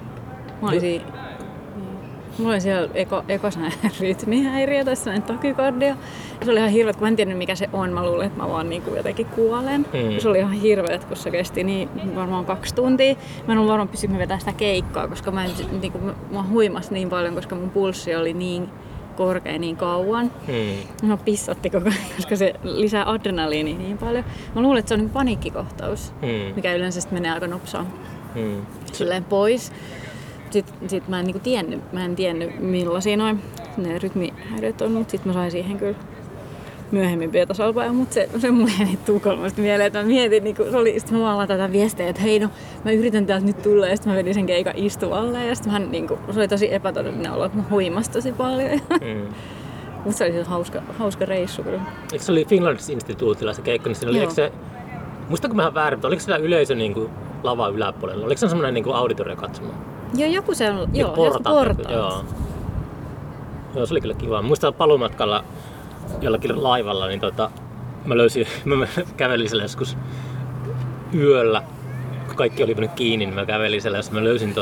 Mulla oli siellä eka sellainen rytmihäiriö tai sellainen takykardia. Se oli ihan hirveet, kun mä en tiennyt mikä se on. Mä luulin, että mä vaan niinku jotenkin kuolen. Se oli ihan hirveet, kun se kesti niin varmaan 2 tuntia. Mä en ollut varmaan pystynyt vetämään sitä keikkaa, koska mä huimas niin paljon, koska mun pulssi oli niin korkea niin kauan. Mä pissatti koko ajan, koska se lisää adrenaliinia niin paljon. Mä luulen, että se on niin paniikkikohtaus, mikä yleensä menee aika nopsaan silleen pois. Sitten mä en tiennyt millaisia ne rytmihäiriöt on, mutta sitten mä sain siihen kyllä myöhemmin beta-salpaa, mutta se mulle jäi Tukholmasta mieleen, että mä mietin, niin sitten mä vaan laitan tätä viestejä, että hei mä yritän täältä nyt tulla, ja sitten mä vedin sen keikan istuvalle, ja sitten se oli tosi epätodellinen olo, että mä huimas tosi paljon. Mutta se oli siis hauska reissu kyllä. Eikö se oli Finlandsinstituutilla se keikka, niin siinä oli, muistanko mä ihan väärin, mutta oliko siellä yleisö niin kuin lava yläpuolella? Oliko se semmoinen niin auditoriokatsomo? Joo, joku se on. Joo, portaat. Joo, se oli kyllä kiva. Muistan paluumatkalla jollakin laivalla, niin mä kävelin siellä joskus yöllä, kun kaikki oli mennyt kiinni, niin mä kävelin siellä, jossa mä löysin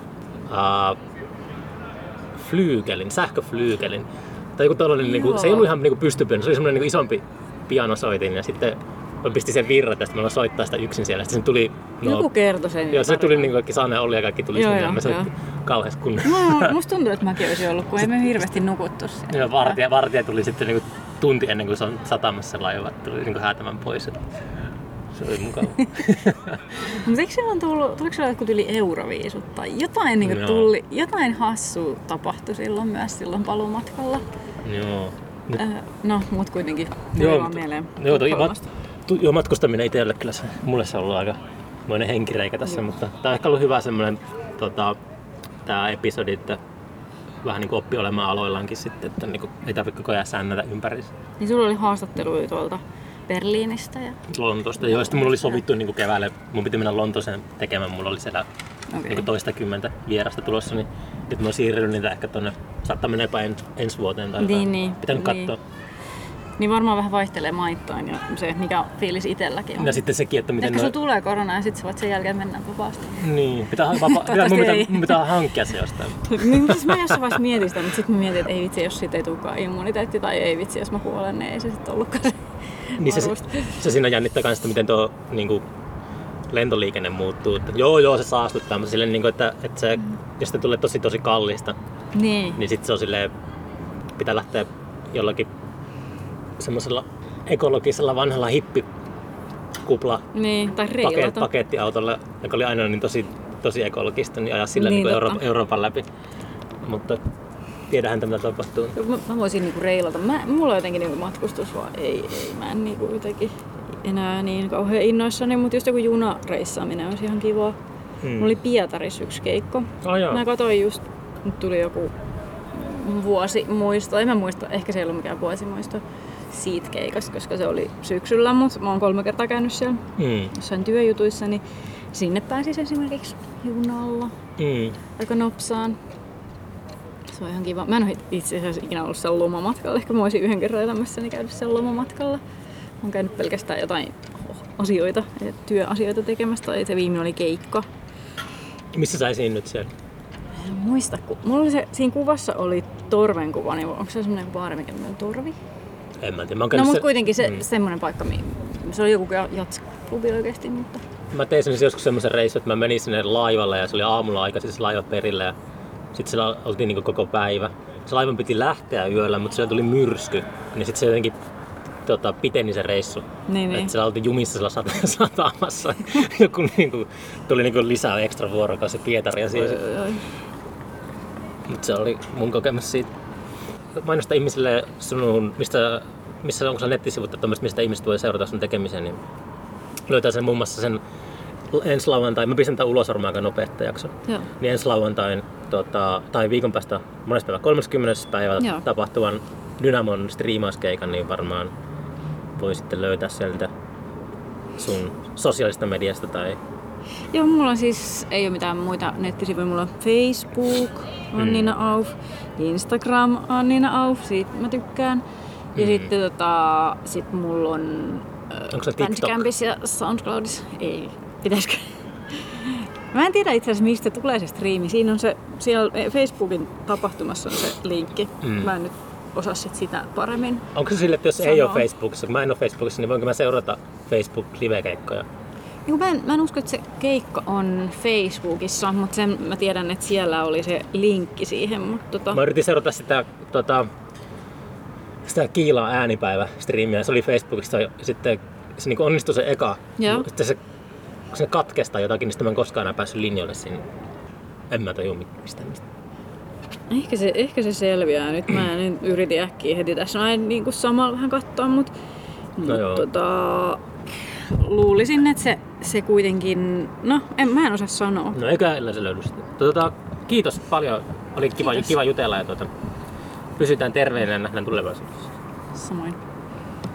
sähköflyykelin. Tai joku tällainen, niin kuin, se ei ollut ihan niin pystypiano, se oli semmoinen niin isompi pianosoitin, ja sitten mä pistin sen virrat ja sitten mä soittaa sitä yksin siellä. Sitten tuli... Joku kertoi sen. Joo, se tuli niin kaikki Sanne ja Olli ja kaikki tuli sinne ja mä soitin kauheasti kunnossa. Musta tuntuu, että mäkin olisin ollut, kun ei me hirveästi nukuttu siellä. Joo, vartija tuli sitten niin tunti ennen kuin se on satamassa laiva, tuli niin häätämään pois. Se oli mukava. Mutta eikö silloin tuliko siellä jotkut yli euroviisut tai jotain, niin tuli, jotain hassua tapahtui silloin paluumatkalla? Joo. No, mut kuitenkin tuli vaan mieleen. Joo, matkustaminen itselle kyllä mulle se on ollut aika moinen henkireikä tässä, mutta tää on ehkä ollut hyvä semmoinen tää episodi, että vähän niin oppi olemaan aloillaankin sitten, että niin ei tarvitse koko ajan säännätä ympäri. Niin sulla oli haastatteluja tuolta Berliinistä ja Lontoosta, joista mulla oli sovittu niin keväälle. Mun piti mennä Lontooseen tekemään, mulla oli siellä niin toistakymmentä vierasta tulossa, niin nyt mä oon siirrynyt niitä ehkä tonne, saattaa mennä jopa ensi vuoteen tai pitänyt katsoa. Niin varmaan vähän vaihtelee maittain ja se, mikä fiilis itselläkin on. Ja sitten sekin, että miten... Ehkä sulla tulee korona ja sitten sen jälkeen mennään vapaasti. Niin, mun pitää hankkia se jostain. Mä jossain vaiheessa mietin sitä, mutta sitten mä mietin, että ei vitsi, jos siitä ei tulekaan immuniteetti tai ei vitsi, jos mä kuolen, niin ei se sitten ollutkaan se niin se siinä jännittää kanssa, miten tuo niinku, lentoliikenne muuttuu. Että joo, se saastuttaa, mutta silleen, niinku, että se, jos se tulee tosi kallista, niin sitten se on silleen, pitää lähteä jollakin semmoisella ekologisella vanhalla hippikupla pakettiautolla, joka oli aina niin tosi ekologista, niin ajaa sillä niin Euroopan läpi. Mutta tiedähän mitä tapahtuu. Mä voisin niinku reilata. Mulla on jotenkin niinku matkustus vaan ei. Mä en niinku jotenkin enää niin kauhean innoissani, mutta just joku junareissaaminen olisi ihan kivaa. Mulla oli Pietarissa yksi keikko. Mä katsoin just, nyt tuli joku vuosimuisto. En mä muista, ehkä se ei ollut mikään vuosimuisto siitä keikasta, koska se oli syksyllä, mutta mä oon 3 kertaa käynyt siellä jossain työjutuissa, niin sinne pääsis esimerkiksi junalla aika nopsaan. Se on ihan kiva. Mä en ole itse asiassa ikinä ollut siellä lomamatkalla. Ehkä mä voisin yhden kerran elämässäni käydä siellä lomamatkalla. Mä oon käynyt pelkästään jotain asioita, työasioita tekemästä, tai se viimeinen oli keikka. Missä sä esiinnyt siellä? En muista, kun mulla oli siinä kuvassa oli torven kuva, niin onko se semmoinen baari, mikä on torvi? En mä tiedä. No mutta kuitenkin semmoinen paikka, se oli joku jatsklubi oikeesti, mutta... Mä tein joskus semmoisen reissun, että mä menin sinne laivalle ja se oli aamulla aikaisin se laiva perillä ja sit siellä oltiin niin koko päivä. Se laivan piti lähteä yöllä, mutta siellä tuli myrsky, niin sit se jotenkin piteni se reissu. Niin. Että siellä oltiin jumissa siellä satamassa. Joku tuli lisää ekstra vuorokausi Pietaria siihen. Mutta se oli mun kokemus siitä. Mainosta ihmisille missä onko se nettisivut, että mistä ihmiset voi seurata sun tekemisen, niin löytää sen muun muassa sen ensi lauantain, mä pistän tämän ulos varmaan aika nopeasti jakson. Niin ensi lauantain tai viikon päästä monesta päivä 30. päivä tapahtuvan Dynamon striimauskeikan, niin varmaan voi sitten löytää sieltä sun sosiaalista mediasta tai... Joo, mulla siis ei ole mitään muita nettisivuja. Mulla on Facebook, Annina Auf, Instagram, Annina Auf, siitä mä tykkään. Ja sitten sit mulla on Bandcampissa ja Soundcloudissa. Ei, pitäisikö? Mä en tiedä itse asiassa mistä tulee se striimi. Siinä on siellä Facebookin tapahtumassa on se linkki. Mä en nyt osaa sitä paremmin. Onko se sille, että jos ei ole Facebookissa, kun mä en ole Facebookissa, niin voinko mä seurata Facebook-live-keikkoja? Mä en usko, että se keikka on Facebookissa, mutta sen mä tiedän, että siellä oli se linkki siihen. Mutta Mä yritin seurata sitä Kiilan äänipäivä-striimiä, se oli Facebookissa ja sitten se niin onnistui se eka. Sitten se katkestaa jotakin, niin sitten mä en koskaan enää päässyt linjoille sinne. En mä tajua mistä. Ehkä se selviää. Nyt mä yritin äkkiä heti tässä näin niin samalla vähän katsoa, mutta luulisin, että se kuitenkin... No, mä en osaa sanoa. No eikä se löydy sitten. Kiitos paljon. Oli kiva jutella ja pysytään terveinä ja nähdään tulevaisuudessa. Samoin.